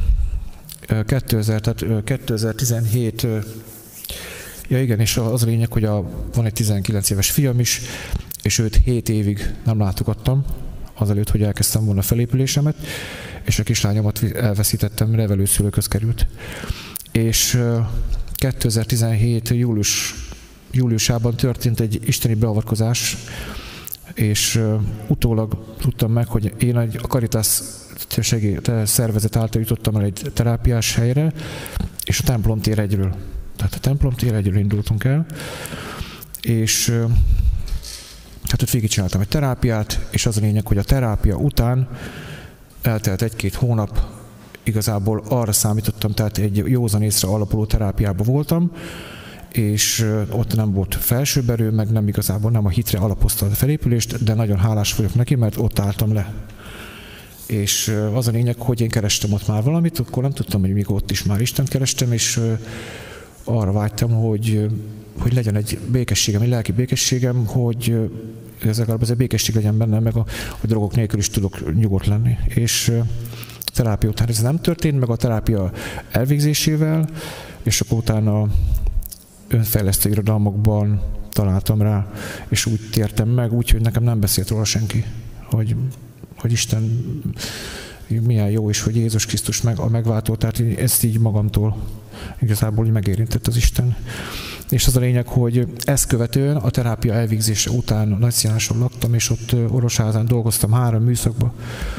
2017, ja igen, és az a lényeg, hogy van egy 19 éves fiam is, és őt 7 évig nem látogattam, azelőtt, hogy elkezdtem volna a felépülésemet, és a kislányomat elveszítettem, nevelőszülőkhöz került. És 2017 júliusában történt egy isteni beavatkozás, és utólag tudtam meg, hogy én a Caritas szervezet által jutottam el egy terápiás helyre, és a templom tér 1-ről. Tehát a templom tér 1-ről indultunk el, és hát ott végigcsináltam egy terápiát, és az a lényeg, hogy a terápia után eltelt 1-2 hónap, igazából arra számítottam, tehát egy józan észre alapuló terápiában voltam, és ott nem volt felsőbb erő, meg nem igazából nem a hitre alapozta a felépülést, de nagyon hálás vagyok neki, mert ott álltam le. És az a lényeg, hogy én kerestem ott már valamit, akkor nem tudtam, hogy még ott is már Istent kerestem, és arra vágytam, hogy legyen egy békességem, egy lelki békességem, hogy ez legalább ez egy békesség legyen bennem, meg a drogok nélkül is tudok nyugodt lenni. És a terápia után ez nem történt, meg a terápia elvégzésével, és akkor utána önfejlesztő irodalmakban találtam rá, és úgy tértem meg, úgyhogy nekem nem beszélt róla senki, hogy Isten milyen jó, és hogy Jézus Krisztus a megváltó, tehát ezt így magamtól igazából megérintett az Isten. És az a lényeg, hogy ezt követően a terápia elvégzése után Nagyszínáson laktam, és ott Orosházán dolgoztam 3 műszakban,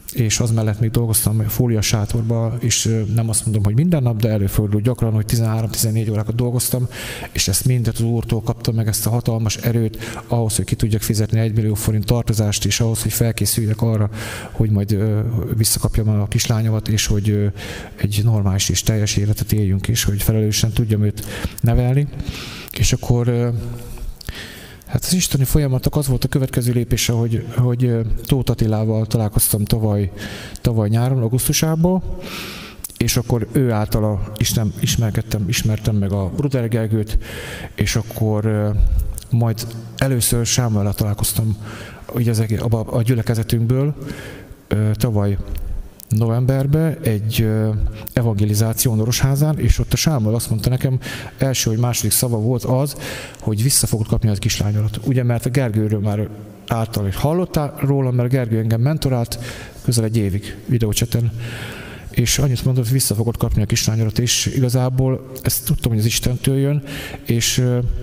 és az mellett még dolgoztam fóliasátorba, és nem azt mondom, hogy minden nap, de előfordul gyakran, hogy 13-14 órákat dolgoztam, és ezt mindet az Úrtól kaptam meg, ezt a hatalmas erőt ahhoz, hogy ki tudjak fizetni 1 millió forint tartozást, és ahhoz, hogy felkészüljek arra, hogy majd visszakapjam a kislányomat, és hogy egy normális és teljes életet éljünk, és hogy felelősen tudjam őt nevelni. És akkor hát az isteni folyamatok az volt a következő lépése, hogy Tóth Attilával találkoztam tavaly nyáron, augusztusában, és akkor ő általa ismertem meg a Bruder Gergőt, és akkor majd először Sámuellel találkoztam ugye a gyülekezetünkből tavaly novemberben egy evangelizáción Orosházán, és ott a Sámuel azt mondta nekem, első vagy második szava volt az, hogy vissza fogod kapni az kislányodat. Ugye, mert a Gergőről már által hallottál róla, mert Gergő engem mentorált közel egy évig videócseten, és annyit mondott, hogy vissza fogod kapni a kislányodat, és igazából ezt tudtam, hogy az Istentől jön, és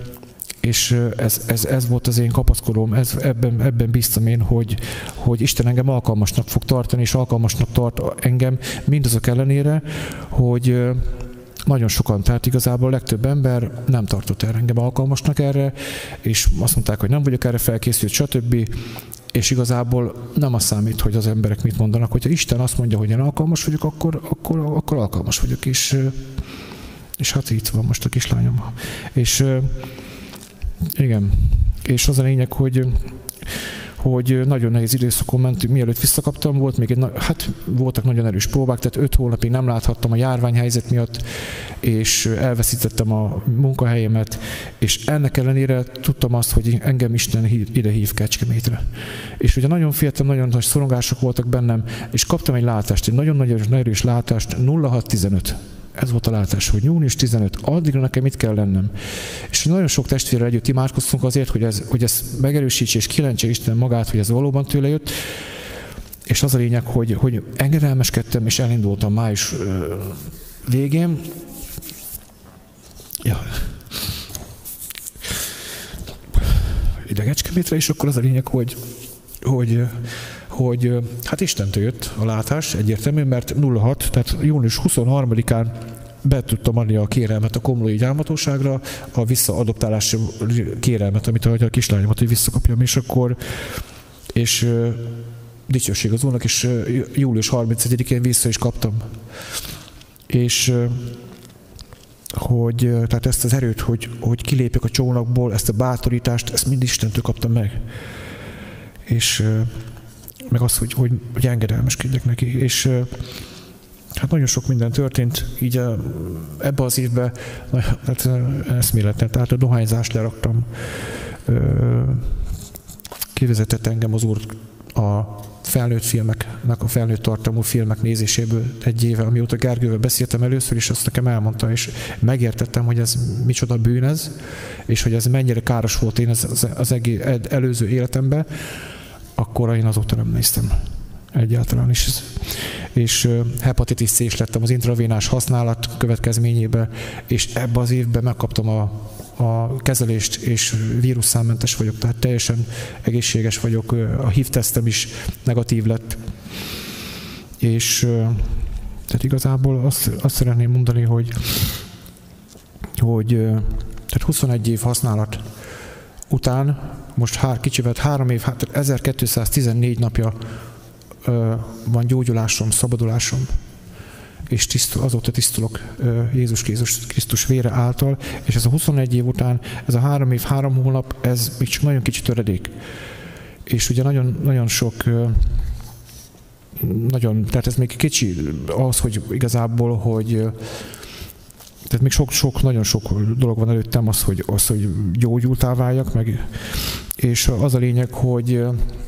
ez volt az én kapaszkodóm, ebben bíztam én, hogy Isten engem alkalmasnak fog tartani, és alkalmasnak tart engem mindazok ellenére, hogy nagyon sokan, tehát igazából a legtöbb ember nem tartott erre engem alkalmasnak erre, és azt mondták, hogy nem vagyok erre felkészült, stb. És igazából nem az számít, hogy az emberek mit mondanak. Hogyha Isten azt mondja, hogy én alkalmas vagyok, akkor alkalmas vagyok, és hát itt van most a kislányom. És igen, és az a lényeg, hogy nagyon nehéz időszakon mentünk, mielőtt visszakaptam, voltak nagyon erős próbák, tehát 5 hónapig nem láthattam a járványhelyzet miatt, és elveszítettem a munkahelyemet, és ennek ellenére tudtam azt, hogy engem Isten ide hív Kecskemétre. És ugye nagyon féltem, nagyon nagy szorongások voltak bennem, és kaptam egy látást, egy nagyon erős látást, 06-15. Ez volt a látás, hogy június 15, addigra nekem itt kell lennem. És nagyon sok testvérrel együtt imádkoztunk azért, hogy ez megerősítse és kilentse Isten magát, hogy ez valóban tőle jött. És az a lényeg, hogy engedelmeskedtem, és elindultam május végén. Ja. Ide Kecskemétre, és akkor az a lényeg, hogy hát Istentől jött a látás egyértelmű, mert 06, tehát június 23-án be tudtam adni a kérelmet a komlói gyámhatóságra, a visszaadoptálási kérelmet, amit a kislányomat, hogy visszakapjam, és dicsőség az Úrnak, és július 31-én vissza is kaptam. És tehát ezt az erőt, hogy kilépjek a csónakból, ezt a bátorítást, ezt mind Istentől kaptam meg. És meg az, hogy engedelmeskedjek neki. És hát nagyon sok minden történt, így ebbe az évben, hát eszméletlen, tehát a dohányzást leraktam. Kivezetett engem az Úr a felnőtt filmeknek, a felnőtt tartalmú filmek nézéséből egy éve, amióta Gergővel beszéltem először, és azt nekem elmondta, és megértettem, hogy ez micsoda bűn ez, és hogy ez mennyire káros volt én az egész előző életemben, akkor én azóta nem néztem egyáltalán is. És hepatitis C-s lettem az intravénás használat következményében, és ebben az évben megkaptam a kezelést, és vírusszámmentes vagyok, tehát teljesen egészséges vagyok, a HIV-tesztem is negatív lett. És tehát igazából azt szeretném mondani, hogy tehát 21 év használat után, most kicsivel 3 év, hát 1214 napja van gyógyulásom, szabadulásom, és azóta tisztulok Jézus Krisztus vére által, és ez a 21 év után, ez a 3 év, 3 hónap, ez még csak nagyon kicsi töredék. És ugye nagyon sok, tehát ez még kicsi az, hogy igazából, tehát még nagyon sok dolog van előttem, hogy gyógyultá váljak meg, és az a lényeg, hogy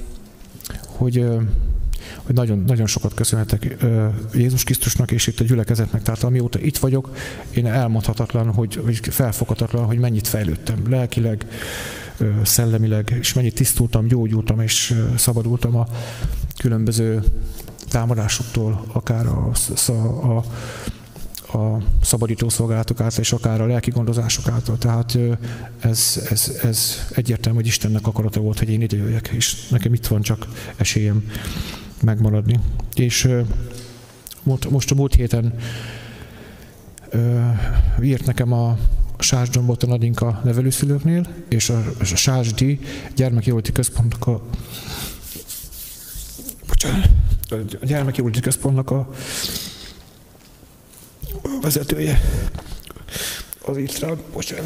nagyon, nagyon sokat köszönhetek Jézus Krisztusnak és itt a gyülekezetnek. Tehát amióta itt vagyok, én elmondhatatlan, hogy felfoghatatlan, hogy mennyit fejlődtem lelkileg, szellemileg, és mennyit tisztultam, gyógyultam és szabadultam a különböző támadásoktól, akár a szabadító szolgálatok által, és akár a lelki gondozások által. Tehát ez egyértelmű, hogy Istennek akarata volt, hogy én ide jöjjek, és nekem itt van csak esélyem. megmaradni. És most a múlt héten írt nekem a Sásd-Domboton Adinka nevelőszülőknél, és a Sásdi gyermekjóléti központnak a gyermekjóléti központnak a vezetője. Az írt rám,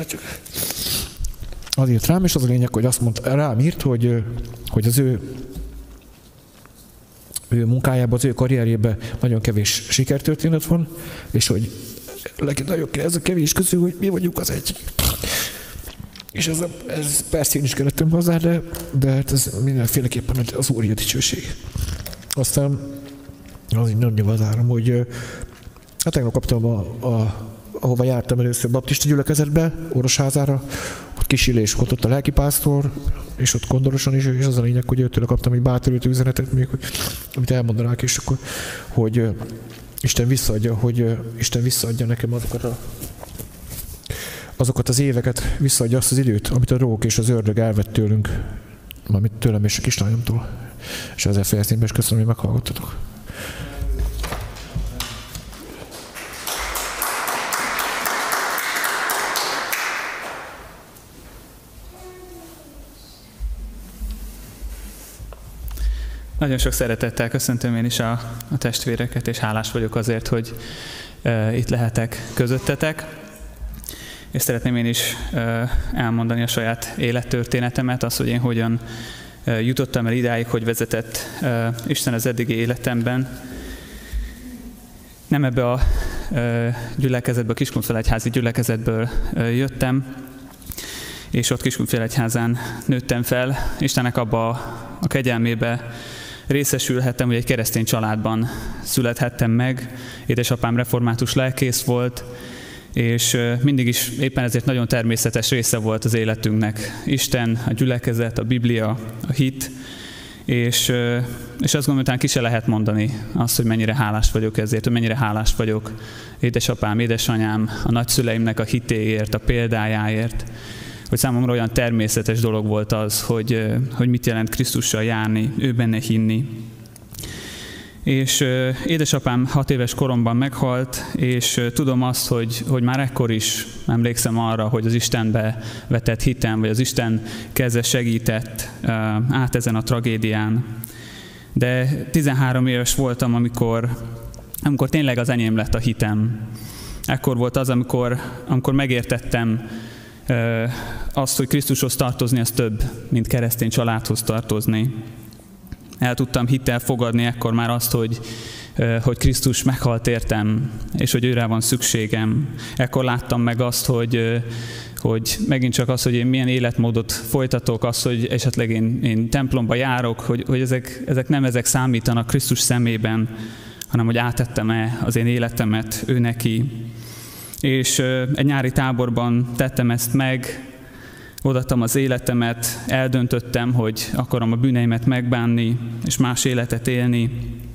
az írt rám, és az a lényeg, hogy azt mondta, rám írt, hogy az ő munkájában, az ő karrierjében nagyon kevés sikertörténet van, és hogy ez a kevés közül, hogy mi vagyunk az egyik. És ez persze én is kellettem hozzá, de hát ez mindenféleképpen az Úr dicsőség. Aztán az így nem nyilvázárom, hogy hát tegnap kaptam ahova jártam először baptista gyülekezetbe, Orosházára, ott Kisilés volt ott a lelkipásztor, és ott Kondoroson is, és az a lényeg, hogy őtől kaptam egy bátorító üzenetet még, amit elmondanák, és akkor, hogy Isten visszaadja nekem azokat az éveket, visszaadja azt az időt, amit a rók és az ördög elvett tőlünk, amit tőlem és a kislányomtól. És ezzel fejezném be, és köszönöm, hogy meghallgattatok. Nagyon sok szeretettel köszöntöm én is a testvéreket, és hálás vagyok azért, hogy itt lehetek közöttetek. És szeretném én is elmondani a saját élettörténetemet, az, hogy én hogyan jutottam el idáig, hogy vezetett Isten az eddigi életemben. Nem ebbe a gyülekezetből, a Kiskunfélegyházi gyülekezetből jöttem, és ott Kiskunfélegyházán nőttem fel. Istennek abba a kegyelmébe részesülhettem, hogy egy keresztény családban születhettem meg. Édesapám református lelkész volt, és mindig is éppen ezért nagyon természetes része volt az életünknek. Isten, a gyülekezet, a Biblia, a hit, és azt gondolom, hogy ki se lehet mondani azt, hogy mennyire hálás vagyok ezért, hogy mennyire hálás vagyok édesapám, édesanyám, a nagyszüleimnek a hitéért, a példájáért, hogy számomra olyan természetes dolog volt az, hogy mit jelent Krisztussal járni, ő benne hinni. És édesapám 6 éves koromban meghalt, és tudom azt, hogy már ekkor is emlékszem arra, hogy az Istenbe vetett hitem, vagy az Isten keze segített át ezen a tragédián. De 13 éves voltam, amikor tényleg az enyém lett a hitem. Ekkor volt az, amikor megértettem azt, hogy Krisztushoz tartozni az több, mint keresztény családhoz tartozni. El tudtam hittel fogadni ekkor már azt, hogy Krisztus meghalt értem, és hogy őre van szükségem. Ekkor láttam meg azt, hogy megint csak az, hogy én milyen életmódot folytatok, az, hogy esetleg én templomba járok, hogy ezek nem számítanak Krisztus szemében, hanem hogy átettem-e az én életemet ő neki. És egy nyári táborban tettem ezt meg, odaadtam az életemet, eldöntöttem, hogy akarom a bűneimet megbánni, és más életet élni,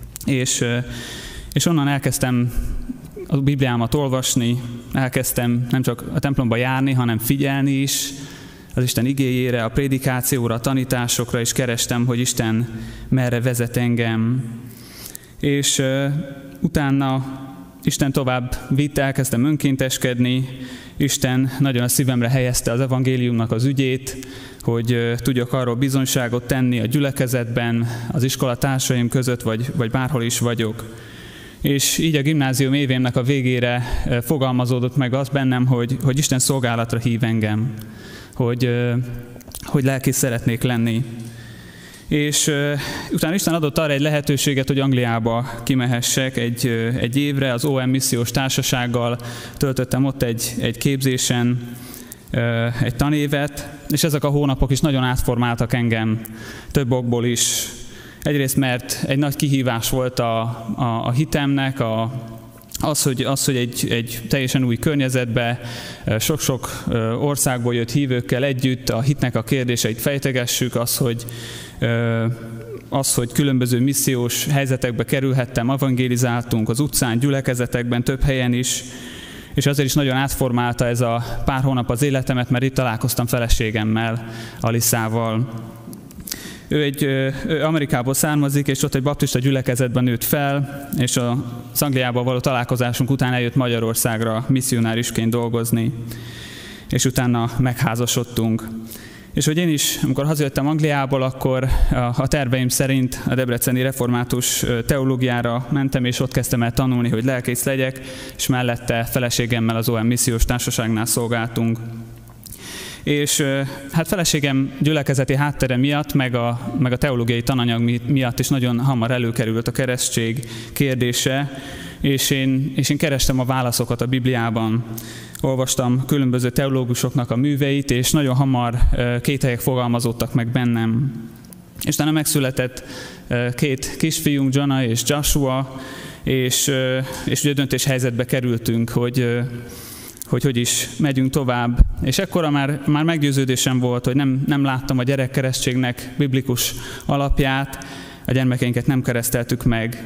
és onnan elkezdtem a Bibliámat olvasni, elkezdtem nem csak a templomba járni, hanem figyelni is az Isten igéjére, a prédikációra, a tanításokra, és kerestem, hogy Isten merre vezet engem. És utána Isten tovább vitt, elkezdtem önkénteskedni, Isten nagyon a szívemre helyezte az evangéliumnak az ügyét, hogy tudjak arról bizonyságot tenni a gyülekezetben, az iskolatársaim között, vagy bárhol is vagyok. És így a gimnázium évémnek a végére fogalmazódott meg az bennem, hogy Isten szolgálatra hív engem, hogy lelkész szeretnék lenni. És utána Isten adott arra egy lehetőséget, hogy Angliába kimehessek egy évre, az OM Missziós Társasággal töltöttem ott egy képzésen egy tanévet, és ezek a hónapok is nagyon átformáltak engem több okból is. Egyrészt, mert egy nagy kihívás volt a hitemnek, az, hogy egy teljesen új környezetbe, sok-sok országból jött hívőkkel együtt a hitnek a kérdéseit fejtegessük, hogy különböző missziós helyzetekbe kerülhettem, evangélizáltunk az utcán, gyülekezetekben, több helyen is, és azért is nagyon átformálta ez a pár hónap az életemet, mert itt találkoztam feleségemmel, Aliszával. Ő Amerikából származik, és ott egy baptista gyülekezetben nőtt fel, és az Angliában való találkozásunk után eljött Magyarországra misszionárisként dolgozni, és utána megházasodtunk. És hogy én is, amikor hazajöttem Angliából, akkor a terveim szerint a debreceni református teológiára mentem, és ott kezdtem el tanulni, hogy lelkész legyek, és mellette feleségemmel az OM Missziós Társaságnál szolgáltunk. És hát feleségem gyülekezeti háttere miatt, meg a teológiai tananyag miatt is nagyon hamar előkerült a keresztség kérdése, és én kerestem a válaszokat a Bibliában. Olvastam különböző teológusoknak a műveit, és nagyon hamar kételyek fogalmazódtak meg bennem. És utána megszületett 2 kisfiunk, Jana és Joshua, és ugye döntéshelyzetbe kerültünk, hogy is megyünk tovább. És ekkora már meggyőződésem volt, hogy nem láttam a gyerekkeresztségnek biblikus alapját, a gyermekeinket nem kereszteltük meg,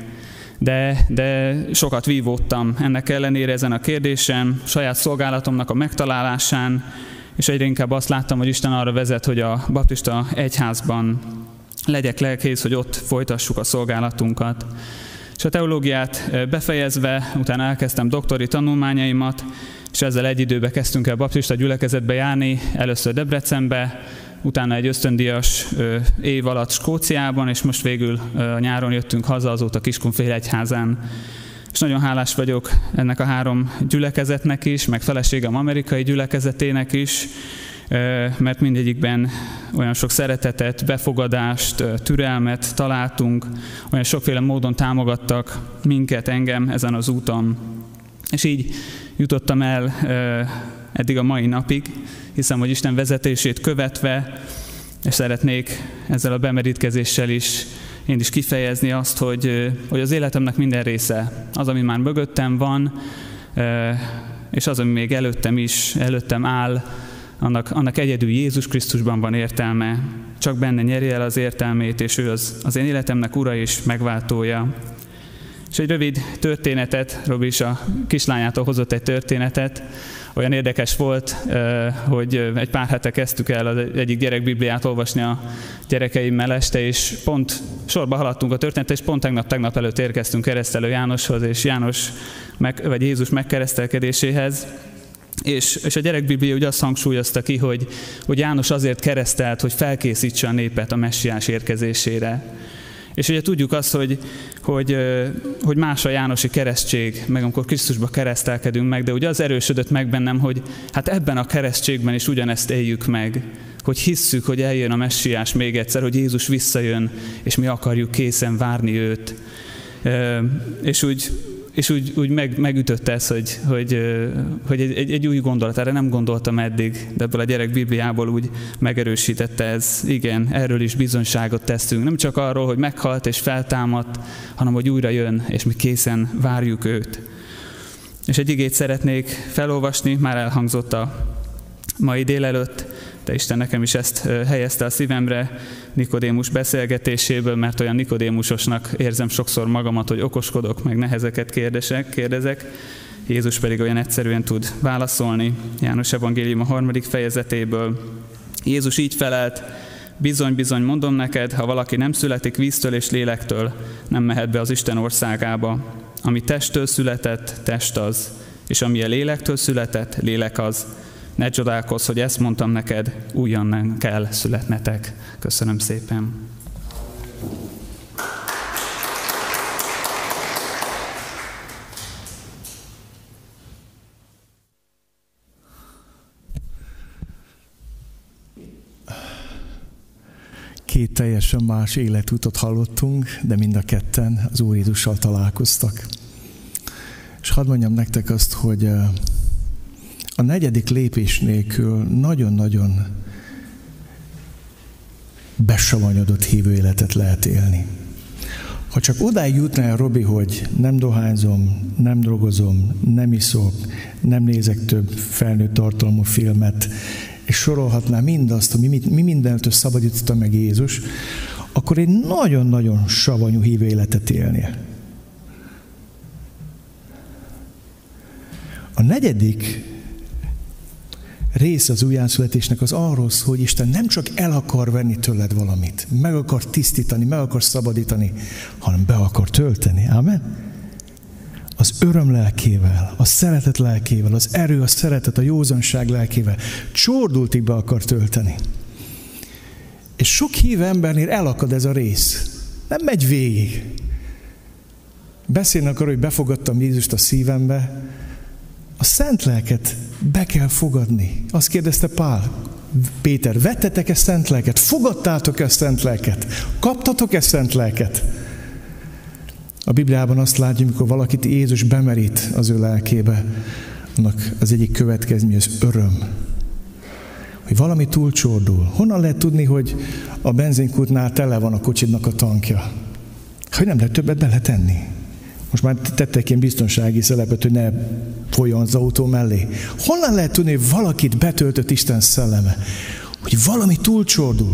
de sokat vívódtam ennek ellenére ezen a kérdésen, saját szolgálatomnak a megtalálásán, és egyre inkább azt láttam, hogy Isten arra vezet, hogy a baptista egyházban legyek lelkész, hogy ott folytassuk a szolgálatunkat. És a teológiát befejezve, utána elkezdtem doktori tanulmányaimat, és ezzel egy időben kezdtünk el baptista gyülekezetbe járni, először Debrecenbe, utána egy ösztöndíjas év alatt Skóciában, és most végül nyáron jöttünk haza, azóta Kiskunfélegyházán. És nagyon hálás vagyok ennek a 3 gyülekezetnek is, meg feleségem amerikai gyülekezetének is, mert mindegyikben olyan sok szeretetet, befogadást, türelmet találtunk, olyan sokféle módon támogattak minket, engem ezen az úton. És így jutottam el eddig a mai napig, hiszem, hogy Isten vezetését követve, és szeretnék ezzel a bemerítkezéssel is én is kifejezni azt, hogy az életemnek minden része, az, ami már mögöttem van, és az, ami még előttem áll, annak egyedül Jézus Krisztusban van értelme, csak benne nyeri el az értelmét, és ő az én életemnek ura és megváltója. És egy rövid történetet, Robi is a kislányától hozott egy történetet, olyan érdekes volt, hogy egy pár hete kezdtük el az egyik gyerekbibliát olvasni a gyerekeimmel este, és pont sorba haladtunk a történetet, és pont tegnap előtt érkeztünk Keresztelő Jánoshoz, és Jézus megkeresztelkedéséhez. És a gyerekbiblia ugye azt hangsúlyozta ki, hogy János azért keresztelt, hogy felkészítse a népet a messiás érkezésére. És ugye tudjuk azt, hogy más a jánosi keresztség, meg amikor Krisztusba keresztelkedünk meg, de ugye az erősödött meg bennem, hogy hát ebben a keresztségben is ugyanezt éljük meg, hogy hisszük, hogy eljön a messiás még egyszer, hogy Jézus visszajön, és mi akarjuk készen várni őt. És úgy megütött ez, hogy egy új gondolat, erre nem gondoltam eddig, de ebből a gyerek Bibliából úgy megerősítette ez. Igen, erről is bizonyságot teszünk. Nem csak arról, hogy meghalt és feltámadt, hanem hogy újra jön, és mi készen várjuk őt. És egy igét szeretnék felolvasni, már elhangzott a mai délelőtt, de Isten nekem is ezt helyezte a szívemre Nikodémus beszélgetéséből, mert olyan nikodémusosnak érzem sokszor magamat, hogy okoskodok, meg nehezeket kérdezek. Jézus pedig olyan egyszerűen tud válaszolni. János evangélium a 3. fejezetéből. Jézus így felelt: bizony, bizony mondom neked, ha valaki nem születik víztől és lélektől, nem mehet be az Isten országába. Ami testtől született, test az, és ami a lélektől született, lélek az. Ne csodálkozz, hogy ezt mondtam neked, újonnan kell születnetek. Köszönöm szépen. Két teljesen más életutat hallottunk, de mind a ketten az Úr Jézussal találkoztak. És hadd mondjam nektek azt, hogy a 4. lépés nélkül nagyon-nagyon besavanyodott hívő életet lehet élni. Ha csak odáig jutnál, Robi, hogy nem dohányzom, nem drogozom, nem iszok, nem nézek több felnőtt tartalmú filmet, és sorolhatná mindazt, hogy mi mindentől szabadította meg Jézus, akkor egy nagyon-nagyon savanyú hívő életet élnél. A 4. Rész az újjászületésnek az arról szól, hogy Isten nem csak el akar venni tőled valamit, meg akar tisztítani, meg akar szabadítani, hanem be akar tölteni. Amen? Az öröm lelkével, a szeretet lelkével, az erő, a szeretet, a józanság lelkével csordultig be akar tölteni. És sok hív embernél elakad ez a rész. Nem megy végig. Beszélnek arról, hogy befogadtam Jézust a szívembe. A szent lelket be kell fogadni. Azt kérdezte Péter, vettetek-e szent lelket? Fogadtátok-e a szent lelket? Kaptatok-e szent lelket? A Bibliában azt látjuk, amikor valakit Jézus bemerít az ő lelkébe, annak az egyik következménye az öröm. Hogy valami túlcsordul. Honnan lehet tudni, hogy a benzinkútnál tele van a kocsidnak a tankja? Hogy nem lehet többet beletenni. Most már tettek ilyen biztonsági szelepet, hogy ne folyjon az autó mellé. Honnan lehet tudni, hogy valakit betöltött Isten szelleme? Hogy valami túlcsordul.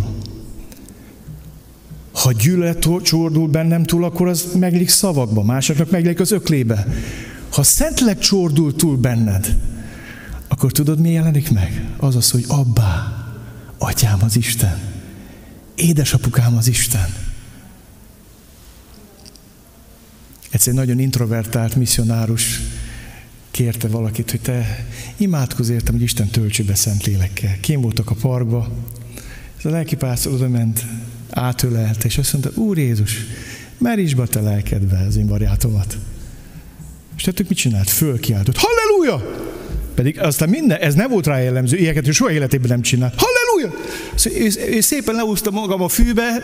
Ha gyűlölet csordul bennem túl, akkor az meglik szavakba, másoknak meglik az öklébe. Ha Szentlélek csordul túl benned, akkor tudod, mi jelenik meg? Az az, hogy abbá, atyám az Isten, édesapukám az Isten. Egyszer egy nagyon introvertált misszionárus kérte valakit, hogy te imádkozz értem, hogy Isten töltső be Szentlélekkel. Kén voltak a parkba, és a lelkipásztor oda ment, átölelte, és azt mondta, Úr Jézus, merítsd be a te lelkedbe az én barátomat. És tettük mit csinált? Fölkiáltott, halleluja! Pedig aztán minden, ez nem volt rá jellemző, ilyeneket ő soha életében nem csinált. Halleluja! Szóval ő szépen leúszta magam a fűbe,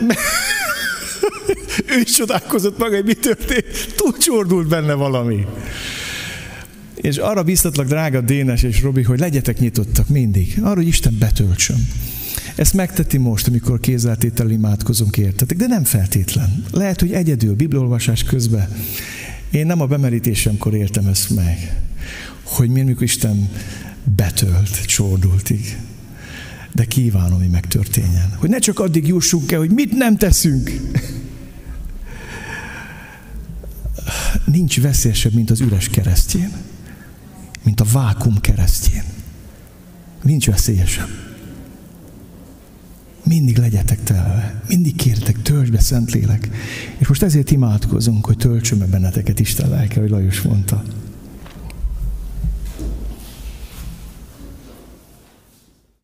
ő is csodálkozott maga, hogy mi történt, túlcsordult benne valami. És arra biztatlak, drága Dénes és Robi, hogy legyetek nyitottak mindig, arra, hogy Isten betöltsön. Ezt megteti most, amikor kézzeltéttel imádkozunk értetek, de nem feltétlen. Lehet, hogy egyedül, bibliaolvasás közben. Én nem a bemerítésemkor értem ezt meg, hogy mikor Isten betölt, csordultig. De kívánom, hogy megtörténjen. Hogy ne csak addig jussunk el, hogy mit nem teszünk. Nincs veszélyesebb, mint az üres keresztjén. Mint a vákum keresztjén. Nincs veszélyesebb. Mindig legyetek telve. Mindig kértek, tölts be Szentlélek. És most ezért imádkozunk, hogy töltsön be benneteket Isten lelke, hogy Lajos mondta.